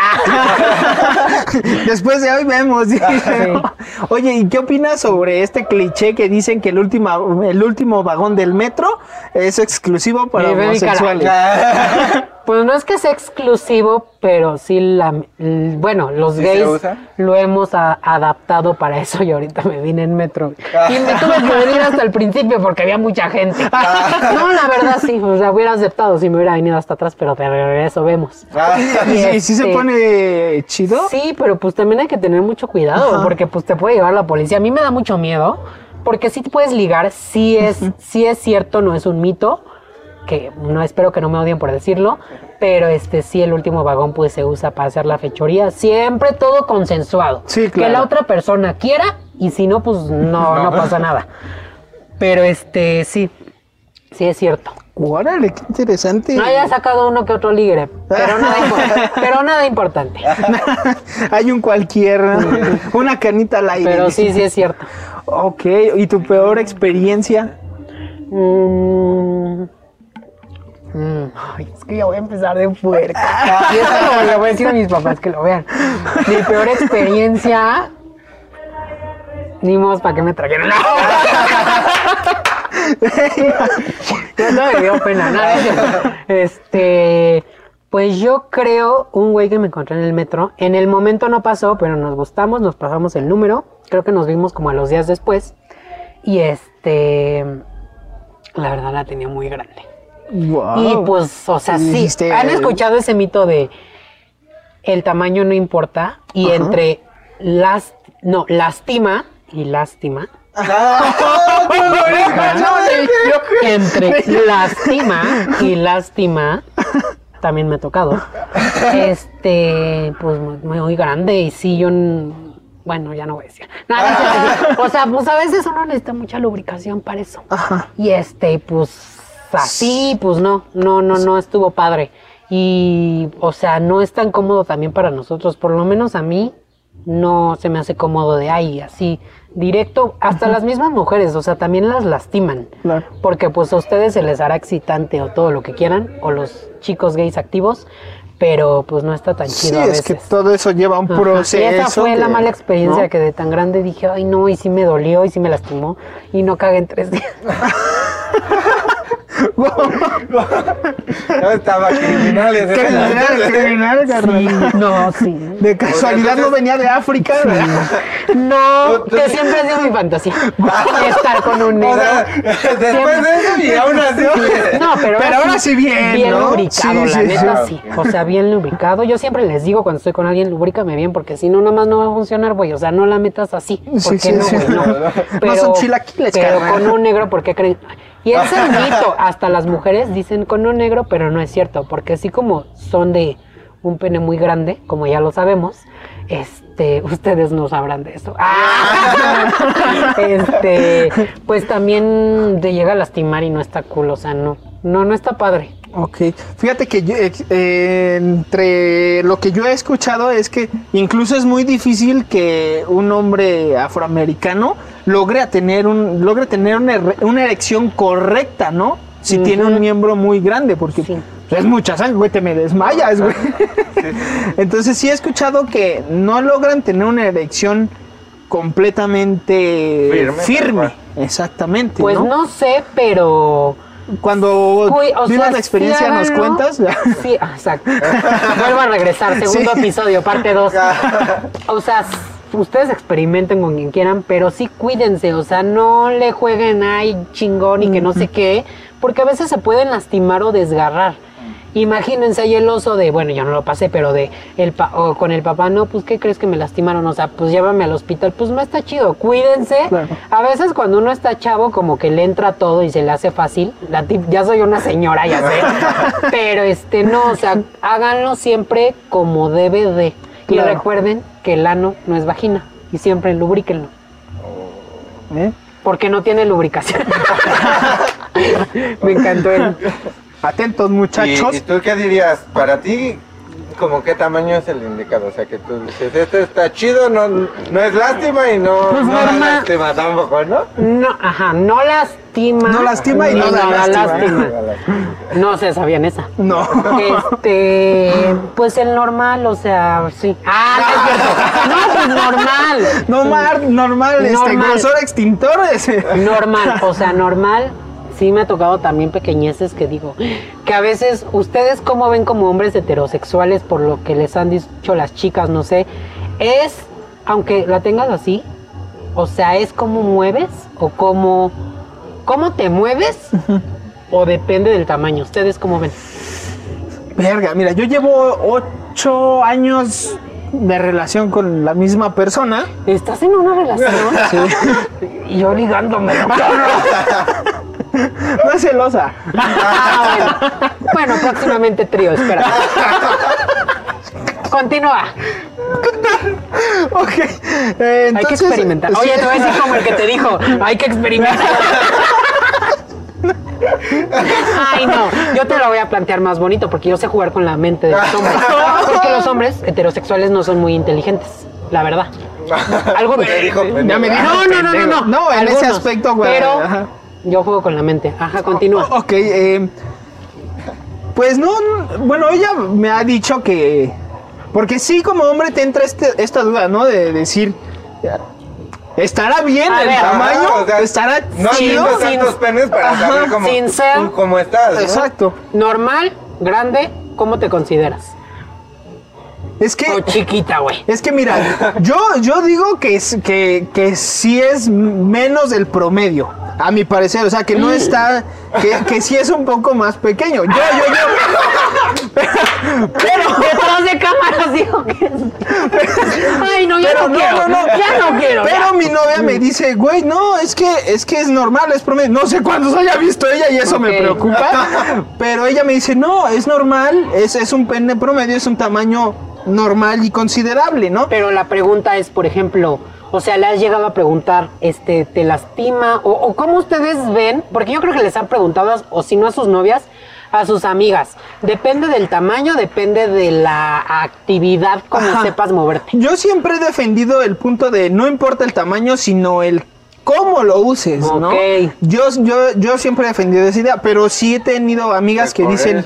Después de hoy vemos. Sí. Oye, ¿y qué opinas sobre este cliché que dicen que el último vagón del metro es exclusivo para homosexuales? Pues no es que sea exclusivo, pero sí los ¿Sí gays lo hemos adaptado para eso, y ahorita me vine en metro y me tuve que venir hasta el principio porque había mucha gente. No, la verdad sí, o sea, hubiera aceptado si me hubiera venido hasta atrás, pero de regreso vemos. ¿Y sí se pone chido? Sí, pero pues también hay que tener mucho cuidado, porque pues te puede llevar la policía. A mí me da mucho miedo, porque sí te puedes ligar, sí es cierto, no es un mito, que no espero que no me odien por decirlo, pero sí, el último vagón pues se usa para hacer la fechoría, siempre todo consensuado. Sí, claro. Que la otra persona quiera, y si no, pues no pasa nada. Pero sí es cierto. ¡Órale, qué interesante! No haya sacado uno que otro ligre, pero nada importante. Hay un una canita al aire. Pero sí es cierto. Ok, ¿y tu peor experiencia? Ay, es que ya voy a empezar de puerca. Y eso le voy a decir a mis papás que lo vean. Mi peor experiencia. Ni modo para que me trajeron. No me dio pena, nada. Pues yo creo, un güey que me encontré en el metro. En el momento no pasó, pero nos gustamos, nos pasamos el número. Creo que nos vimos como a los días después. Y la verdad la tenía muy grande. Wow. Y pues, o sea, sí, han escuchado ese mito de el tamaño no importa, y entre lástima y lástima. Entre lástima y lástima también me ha tocado. Pues muy grande, y sí, yo Bueno, ya no voy a decir. No, no, no, o sea, pues a veces uno necesita mucha lubricación para eso. Ajá. Y pues así, pues no estuvo padre. Y, o sea, no es tan cómodo también para nosotros. Por lo menos a mí no se me hace cómodo de ahí, así, directo. Hasta las mismas mujeres, o sea, también las lastiman. Claro. Porque pues a ustedes se les hará excitante o todo lo que quieran, o los chicos gays activos, pero pues no está tan chido a veces. Es que todo eso lleva un proceso. Y esa fue la mala experiencia, ¿no? Que de tan grande dije, ay no, y sí me dolió, y sí me lastimó, y no cagué en 3 días. No estaba criminal, carnal. No, sí. De casualidad no venía de África. Sí. No, que siempre ha sido mi fantasía. Estar con un negro. O sea, después de eso y aún así. No, pero ahora sí bien, bien ¿no? lubricado, la neta sí. O sea, bien lubricado. Yo siempre les digo cuando estoy con alguien, lubrícame bien, porque si no, nomás no va a funcionar, güey. O sea, no la metas así. ¿Por qué no, güey? No. No son chilaquiles, pero carnal. con un negro, ¿por qué creen? Y es el mito, hasta las mujeres dicen con un negro, pero no es cierto, porque así como son de un pene muy grande, como ya lo sabemos, ustedes no sabrán de eso. Pues también te llega a lastimar y no está cool, o sea, no está padre. Ok, fíjate que yo, entre lo que yo he escuchado es que incluso es muy difícil que un hombre afroamericano logre tener una erección correcta, ¿no? Si tiene un miembro muy grande, porque es mucha sangre, güey, te me desmayas, güey. Entonces sí he escuchado que no logran tener una erección completamente firme. Exactamente, pues no sé, pero cuando vivas la experiencia sí, nos cuentas. Sí, exacto. Vuelvo a regresar, segundo episodio, parte 2. O sea, ustedes experimenten con quien quieran, pero sí cuídense, o sea, no le jueguen ay chingón y que no sé qué, porque a veces se pueden lastimar o desgarrar. Imagínense ahí el oso de, bueno, yo no lo pasé, pero o con el papá, no, pues, ¿qué crees que me lastimaron? O sea, pues, llévame al hospital. Pues, no está chido, cuídense. Claro. A veces cuando uno está chavo, como que le entra todo y se le hace fácil. Ya soy una señora, ya sé. Pero, no, o sea, háganlo siempre como debe de. Claro. Y recuerden que el ano no es vagina. Y siempre lubríquenlo. Porque no tiene lubricación. Me encantó él. Atentos, muchachos. ¿Y tú qué dirías? Para ti, ¿como qué tamaño es el indicado? O sea, que tú dices, este está chido, no es lástima y no, pues no da lástima tampoco, ¿no? No, ajá, no lastima. No lastima y no da lástima. No se sabían esa. No. Pues el normal, o sea, sí. No, pues normal. Normal. Grosor extintor. Normal, o sea, normal. Sí me ha tocado también pequeñeces que digo, que a veces ustedes como ven como hombres heterosexuales por lo que les han dicho las chicas, no sé, es, aunque la tengas así, o sea, es cómo mueves o cómo te mueves o depende del tamaño. ¿Ustedes cómo ven? Verga, mira, yo llevo 8 años de relación con la misma persona. ¿Estás en una relación? Sí. Y yo ligándome. No es celosa. Bueno, próximamente trío, espera. Continúa. Ok. Entonces, hay que experimentar. Oye, te voy a decir como el que te dijo, hay que experimentar. Ay, no, yo te lo voy a plantear más bonito porque yo sé jugar con la mente de los hombres. Porque los hombres heterosexuales no son muy inteligentes, la verdad. Algunos. Ya me dijo. No. No, en ese aspecto, güey. Pero yo juego con la mente. Ajá, continúa. Ok, pues no, bueno, ella me ha dicho que, porque sí, como hombre te entra esta duda, ¿no? De decir, ¿estará bien el tamaño? O sea, ¿estará no chido? No tantos penes para saber cómo estás, ¿no? Exacto. Normal, grande, ¿cómo te consideras? Es que... O chiquita, güey. Es que mira, yo digo que sí es menos del promedio, a mi parecer. O sea, que no está... Que sí es un poco más pequeño. Pero detrás de cámaras digo que... Ay, no, ya no quiero. Ya no quiero. Pero mi novia me dice, güey, no, es que es normal, es promedio. No sé cuántos haya visto ella y eso me preocupa. Pero ella me dice, no, es normal, es un pene promedio, es un tamaño normal y considerable, ¿no? Pero la pregunta es, por ejemplo, o sea, ¿le has llegado a preguntar, te lastima? O ¿cómo ustedes ven? Porque yo creo que les han preguntado, o si no a sus novias, a sus amigas. Depende del tamaño, depende de la actividad, como sepas moverte. Yo siempre he defendido el punto de no importa el tamaño, sino el cómo lo uses, ¿no? Yo siempre he defendido esa idea, pero sí he tenido amigas que dicen...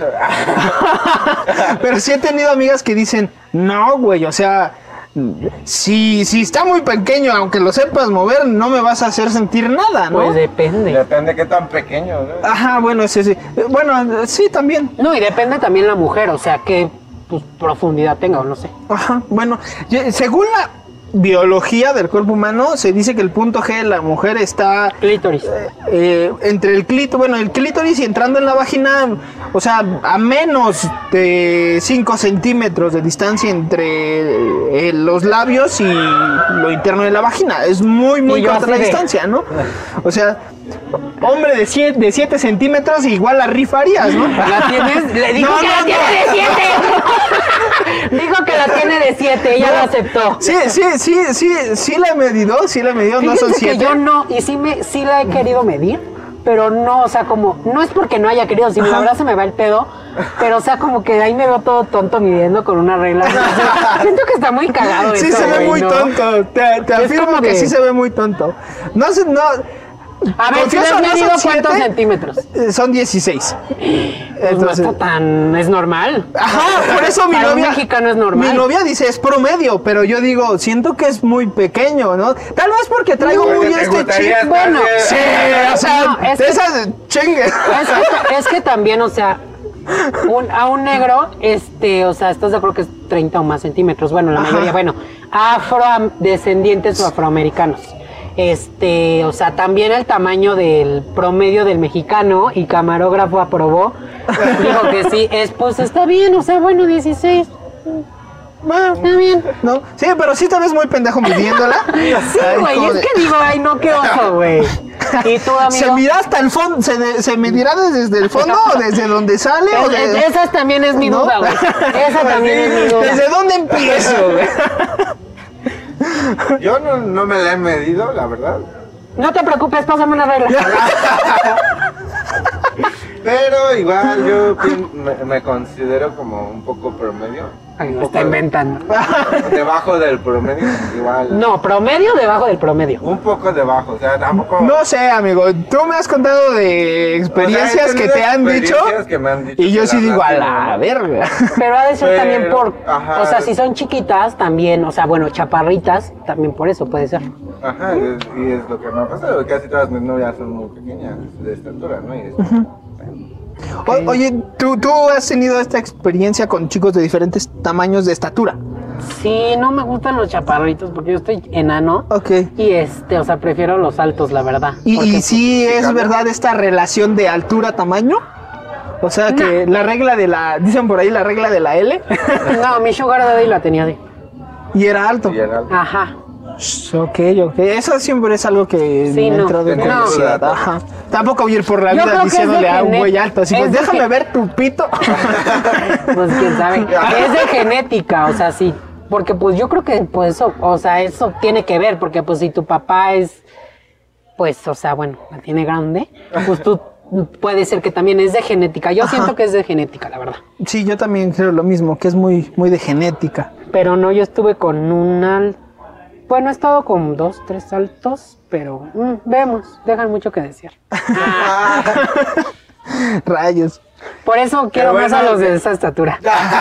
pero sí he tenido amigas que dicen, no, güey, o sea... Si está muy pequeño, aunque lo sepas mover, no me vas a hacer sentir nada, ¿no? Pues depende. Depende de qué tan pequeño, ¿no? Ajá, bueno, sí. Bueno, sí, también. No, y depende también la mujer, o sea, qué profundidad tenga o no sé. Ajá, bueno, según la biología del cuerpo humano, se dice que el punto G de la mujer está... Clítoris. Entre el clítoris y entrando en la vagina, o sea, a menos de 5 centímetros de distancia entre los labios y lo interno de la vagina. Es muy corta la distancia, ¿no? O sea, hombre de 7 centímetros igual la rifarías, ¿no? ¿La tienes? Le dijo que la tiene de 7. Dijo que la tiene de 7, ella lo aceptó. Sí la he medido, Fíjense no son 7. Que yo no, y sí la he querido medir, pero no, o sea, como, no es porque no haya querido, si la verdad se me va el pedo, pero o sea, como que ahí me veo todo tonto midiendo con una regla. Siento que está muy cagado eso, Sí se ve muy tonto, te afirmo que sí se ve muy tonto. No. A ver, si has medido cuántos centímetros. Son 16. Pues no está tan... es normal. Ajá, por eso mi Para novia... un mexicano es normal. Mi novia dice es promedio, pero yo digo, siento que es muy pequeño, ¿no? Tal vez porque traigo muy chip. Bueno. Sí, o sea, no, es de esas chingue. Es que también, o sea... a un negro, o sea, estás de acuerdo que es 30 o más centímetros. Bueno, la mayoría, bueno, afrodescendientes o afroamericanos. O sea, también el tamaño del promedio del mexicano, y camarógrafo aprobó, dijo que sí, pues está bien, o sea, bueno, 16. Bueno, está bien. No, sí, pero sí te ves muy pendejo midiéndola. Sí, güey, es que digo, ay, no, qué oso, güey. ¿Y tú, amigo? ¿Se mira hasta el fondo? ¿Se medirá desde el fondo o desde donde sale? Esa también es mi duda, güey. Esa también es mi duda. ¿Desde dónde empiezo, güey? Yo no me la he medido, la verdad. No te preocupes, pásame una regla. Pero igual yo me considero como un poco promedio. Ay, lo está inventando. Debajo del promedio, igual. No, promedio debajo del promedio. Un poco debajo, o sea, tampoco... No sé, amigo, tú me has contado de experiencias que te han dicho, y yo sí digo, a la verga. Pero ha de ser también o sea, si son chiquitas, también, o sea, bueno, chaparritas, también por eso puede ser. Ajá, y es lo que me ha pasado, casi todas mis novias son muy pequeñas de estatura, ¿no? Y es... Oye, ¿tú has tenido esta experiencia con chicos de diferentes tamaños de estatura? Sí, no me gustan los chaparritos porque yo estoy enano. Ok. Y o sea, prefiero los altos, la verdad. ¿Y sí es verdad esta relación de altura-tamaño? O sea, que la regla de dicen por ahí la regla de la L. No, mi sugar daddy la tenía así. Y era alto. Ajá. Ok. Eso siempre es algo que me entra de curiosidad. Ajá. Tampoco voy a ir por la vida diciéndole a un güey alto así, pues déjame ver tu pito. Pues quién sabe. Es de genética, o sea, sí. Porque pues yo creo que pues eso, o sea, eso tiene que ver, porque pues si tu papá es, pues, o sea, bueno, la tiene grande, pues tú puede ser que también es de genética. Yo siento que es de genética, la verdad. Sí, yo también creo lo mismo, que es muy de genética. Pero no, yo estuve con un bueno, he estado con 2, 3 altos, pero vemos, dejan mucho que desear. Rayos. Por eso quiero más a los de esa estatura.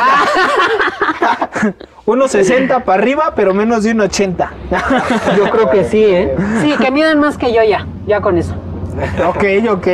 1.60 para arriba, pero menos de 1.80. Yo creo que sí, ¿eh? Sí, que midan más que yo ya con eso. Ok.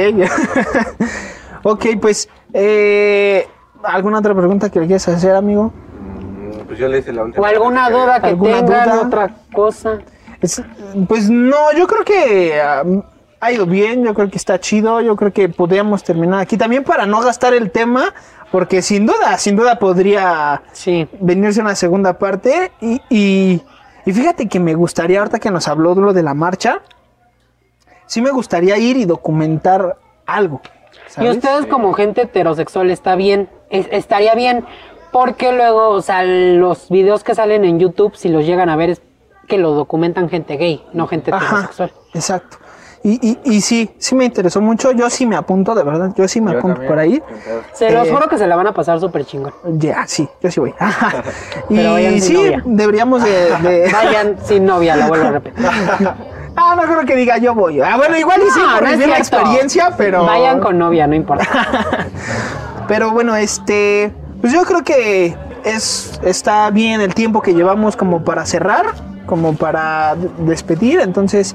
Ok, pues, ¿alguna otra pregunta que le quieras hacer, amigo? Pues yo le hice la última. ¿O alguna duda que tengan, otra cosa? Pues no, yo creo que ha ido bien, yo creo que está chido, yo creo que podríamos terminar aquí también para no gastar el tema, porque sin duda podría venirse una segunda parte y fíjate que me gustaría, ahorita que nos habló de lo de la marcha, sí me gustaría ir y documentar algo, ¿sabes? Y ustedes como gente heterosexual estaría bien, Porque luego, o sea, los videos que salen en YouTube, si los llegan a ver, es que lo documentan gente gay, no gente heterosexual. Exacto. Y sí me interesó mucho. Yo sí me apunto, de verdad. Yo sí me apunto también. por ahí. Se los juro que se la van a pasar súper chingón. Ya, sí, yo sí voy. Pero vayan Y sin sí, novia. deberíamos de... Vayan sin novia, lo vuelvo a repetir. No creo que diga yo voy. Bueno, igual y sí, No, por no es vivir la cierto. experiencia, pero... Vayan con novia, no importa. Pero bueno, pues yo creo que está bien el tiempo que llevamos como para cerrar, como para despedir. Entonces,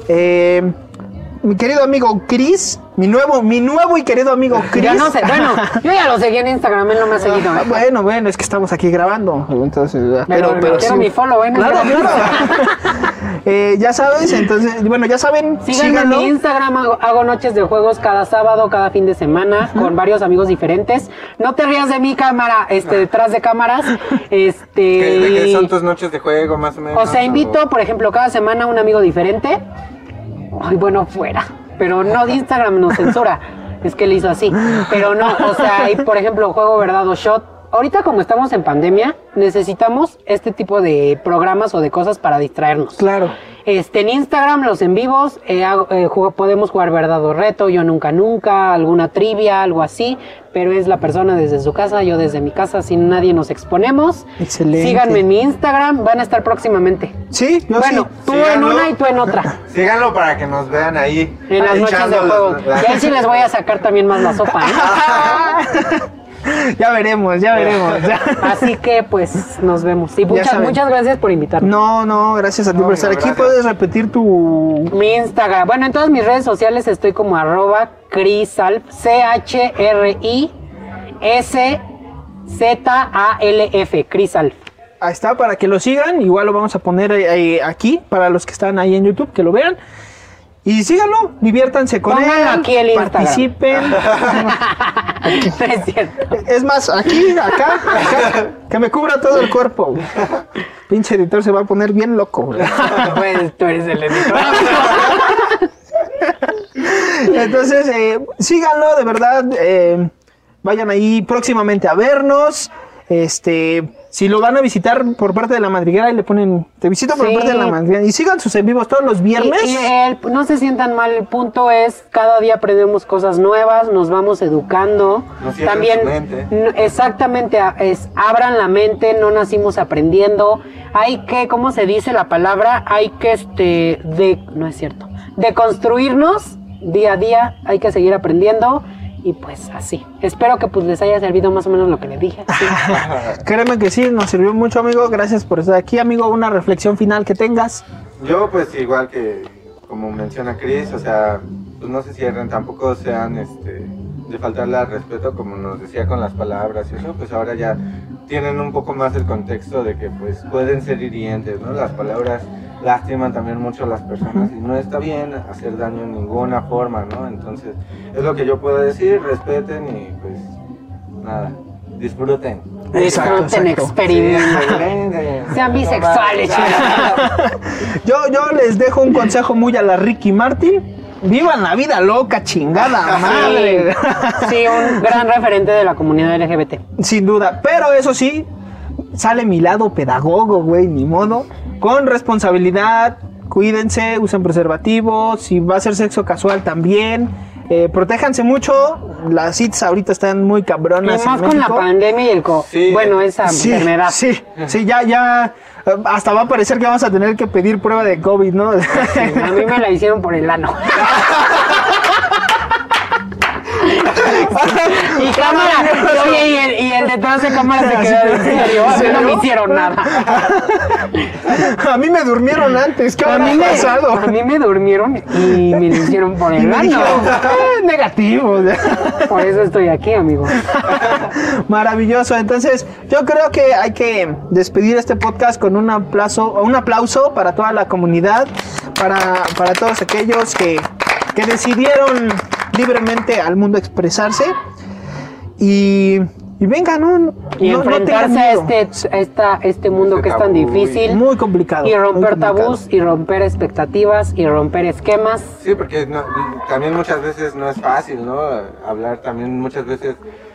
mi querido amigo Chris, mi nuevo y querido amigo Chris. Ya no sé, bueno, yo ya lo seguí en Instagram, él no me ha seguido. Bueno, es que estamos aquí grabando. Entonces, pero quiero sí. mi follow, ¿eh? Claro. Ya sabes, entonces, bueno, ya saben, síganme en mi Instagram, hago noches de juegos cada sábado, cada fin de semana, con varios amigos diferentes. No te rías de mi cámara, detrás de cámaras. ¿De qué son tus noches de juego, más o menos? O sea, invito, por ejemplo, cada semana a un amigo diferente. Ay, bueno, fuera. Pero no, Instagram nos censura. Es que le hizo así. Pero no, o sea, hay, por ejemplo, juego verdad o shot. Ahorita como estamos en pandemia, necesitamos este tipo de programas o de cosas para distraernos. Claro. En Instagram, los en vivos, podemos jugar verdad o reto, yo nunca, alguna trivia, algo así, pero es la persona desde su casa, yo desde mi casa, sin nadie nos exponemos. Excelente. Síganme en mi Instagram, van a estar próximamente. Sí, yo bueno, sí. Tú Síganlo. en una y tú en otra. Síganlo para que nos vean ahí. En las noches de juego. Y ahí sí les voy a sacar también más la sopa, ¿eh? Ya veremos. Así que pues nos vemos. Y muchas gracias por invitarme. No, gracias a ti por estar aquí. ¿Puedes repetir mi Instagram? Bueno, en todas mis redes sociales estoy como @Chrisalf, CHRISZALF, Chrisalf. Ahí está, para que lo sigan. Igual lo vamos a poner aquí para los que están ahí en YouTube, que lo vean. Y síganlo, diviértanse con Pónganlo él, aquí el Instagram. participen. No es cierto. Es más, acá, que me cubra todo el cuerpo. Pinche editor se va a poner bien loco. Pues tú eres el editor. Entonces, síganlo, de verdad. Vayan ahí próximamente a vernos. Si lo van a visitar por parte de La Madriguera y le ponen, te visito por parte de La Madriguera, y sigan sus en vivos todos los viernes. No se sientan mal, el punto es, cada día aprendemos cosas nuevas, nos vamos educando. También, exactamente, abran la mente, no nacimos aprendiendo. Hay que, ¿cómo se dice la palabra? Hay que, no es cierto, de construirnos día a día, hay que seguir aprendiendo. Y pues así. Espero que pues les haya servido más o menos lo que les dije. Sí. Créeme que sí, nos sirvió mucho, amigo. Gracias por estar aquí, amigo. Una reflexión final que tengas. Yo pues igual que como menciona Chris, o sea, pues no se cierren, tampoco sean de faltarle al respeto, como nos decía con las palabras y eso, pues ahora ya tienen un poco más el contexto de que pues pueden ser hirientes, ¿no? Las palabras lastiman también mucho a las personas y no está bien hacer daño en ninguna forma, ¿no? Entonces, es lo que yo puedo decir, respeten y pues nada, disfruten. Disfruten, experimenten. Sean bisexuales, Yo les dejo un consejo muy a la Ricky Martin. Vivan la vida loca, chingada madre. Sí, un gran referente de la comunidad LGBT. Sin duda, pero eso sí, sale mi lado pedagogo, güey, ni modo. Con responsabilidad, cuídense, usen preservativos, si va a ser sexo casual también. Protéjanse mucho, las CITs ahorita están muy cabronas. Y más con la pandemia y el esa enfermedad. Sí, ya, hasta va a parecer que vamos a tener que pedir prueba de COVID, ¿no? Sí, a mí me la hicieron por el ano. Y cámara, oye, y el detrás de cámara se quedó en serio. A mí no me hicieron nada. A mí me durmieron antes, ¿qué habrá pasado? A mí me durmieron y me lo hicieron por el ano. Negativo. Por eso estoy aquí, amigo. Maravilloso. Entonces, yo creo que hay que despedir este podcast con un aplauso para toda la comunidad, para todos aquellos que decidieron libremente al mundo expresarse y venga, y enfrentarse a este mundo que es tan difícil, muy complicado, y romper tabús y romper expectativas y romper esquemas. Sí, porque también muchas veces no es fácil, ¿no? Hablar también muchas veces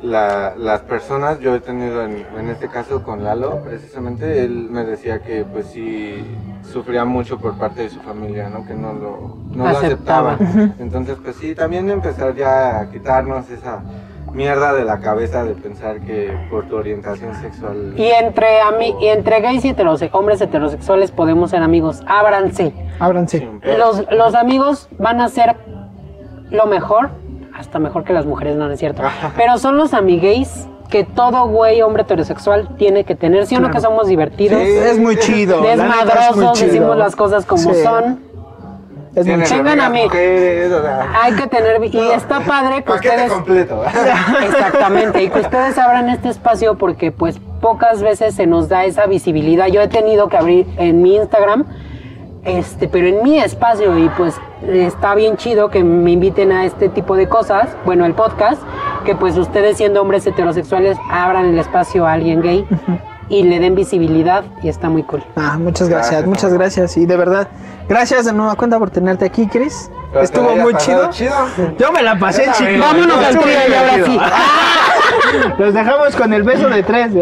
las personas, yo he tenido en este caso con Lalo, precisamente, él me decía que pues sí sufría mucho por parte de su familia, ¿no? Que no lo aceptaban. Entonces pues sí, también empezar ya a quitarnos esa mierda de la cabeza de pensar que por tu orientación sexual... Y entre gays y hombres heterosexuales podemos ser amigos. Ábranse. Los amigos van a ser lo mejor, hasta mejor que las mujeres, no es cierto. Pero son los amigues que todo güey, hombre heterosexual tiene que tener. ¿Sí o no que somos divertidos? Sí, es muy chido. Desmadrosos, decimos las cosas como son. Vengan a mí. Hay que tener, y está padre que ustedes completo. Exactamente, y que ustedes abran este espacio porque pues pocas veces se nos da esa visibilidad. Yo he tenido que abrir en mi Instagram, pero en mi espacio, y pues está bien chido que me inviten a este tipo de cosas, bueno, el podcast, que pues ustedes siendo hombres heterosexuales abran el espacio a alguien gay y le den visibilidad, y está muy cool. Muchas gracias, y de verdad, gracias de nueva cuenta por tenerte aquí, Chris. Estuvo muy chido. Yo me la pasé chido. Vámonos al trío y ahora sí. Los dejamos con el beso de 3.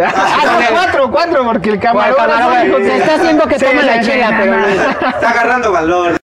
Cuatro, porque el camarón se está haciendo que tome la chela, pero está agarrando valor.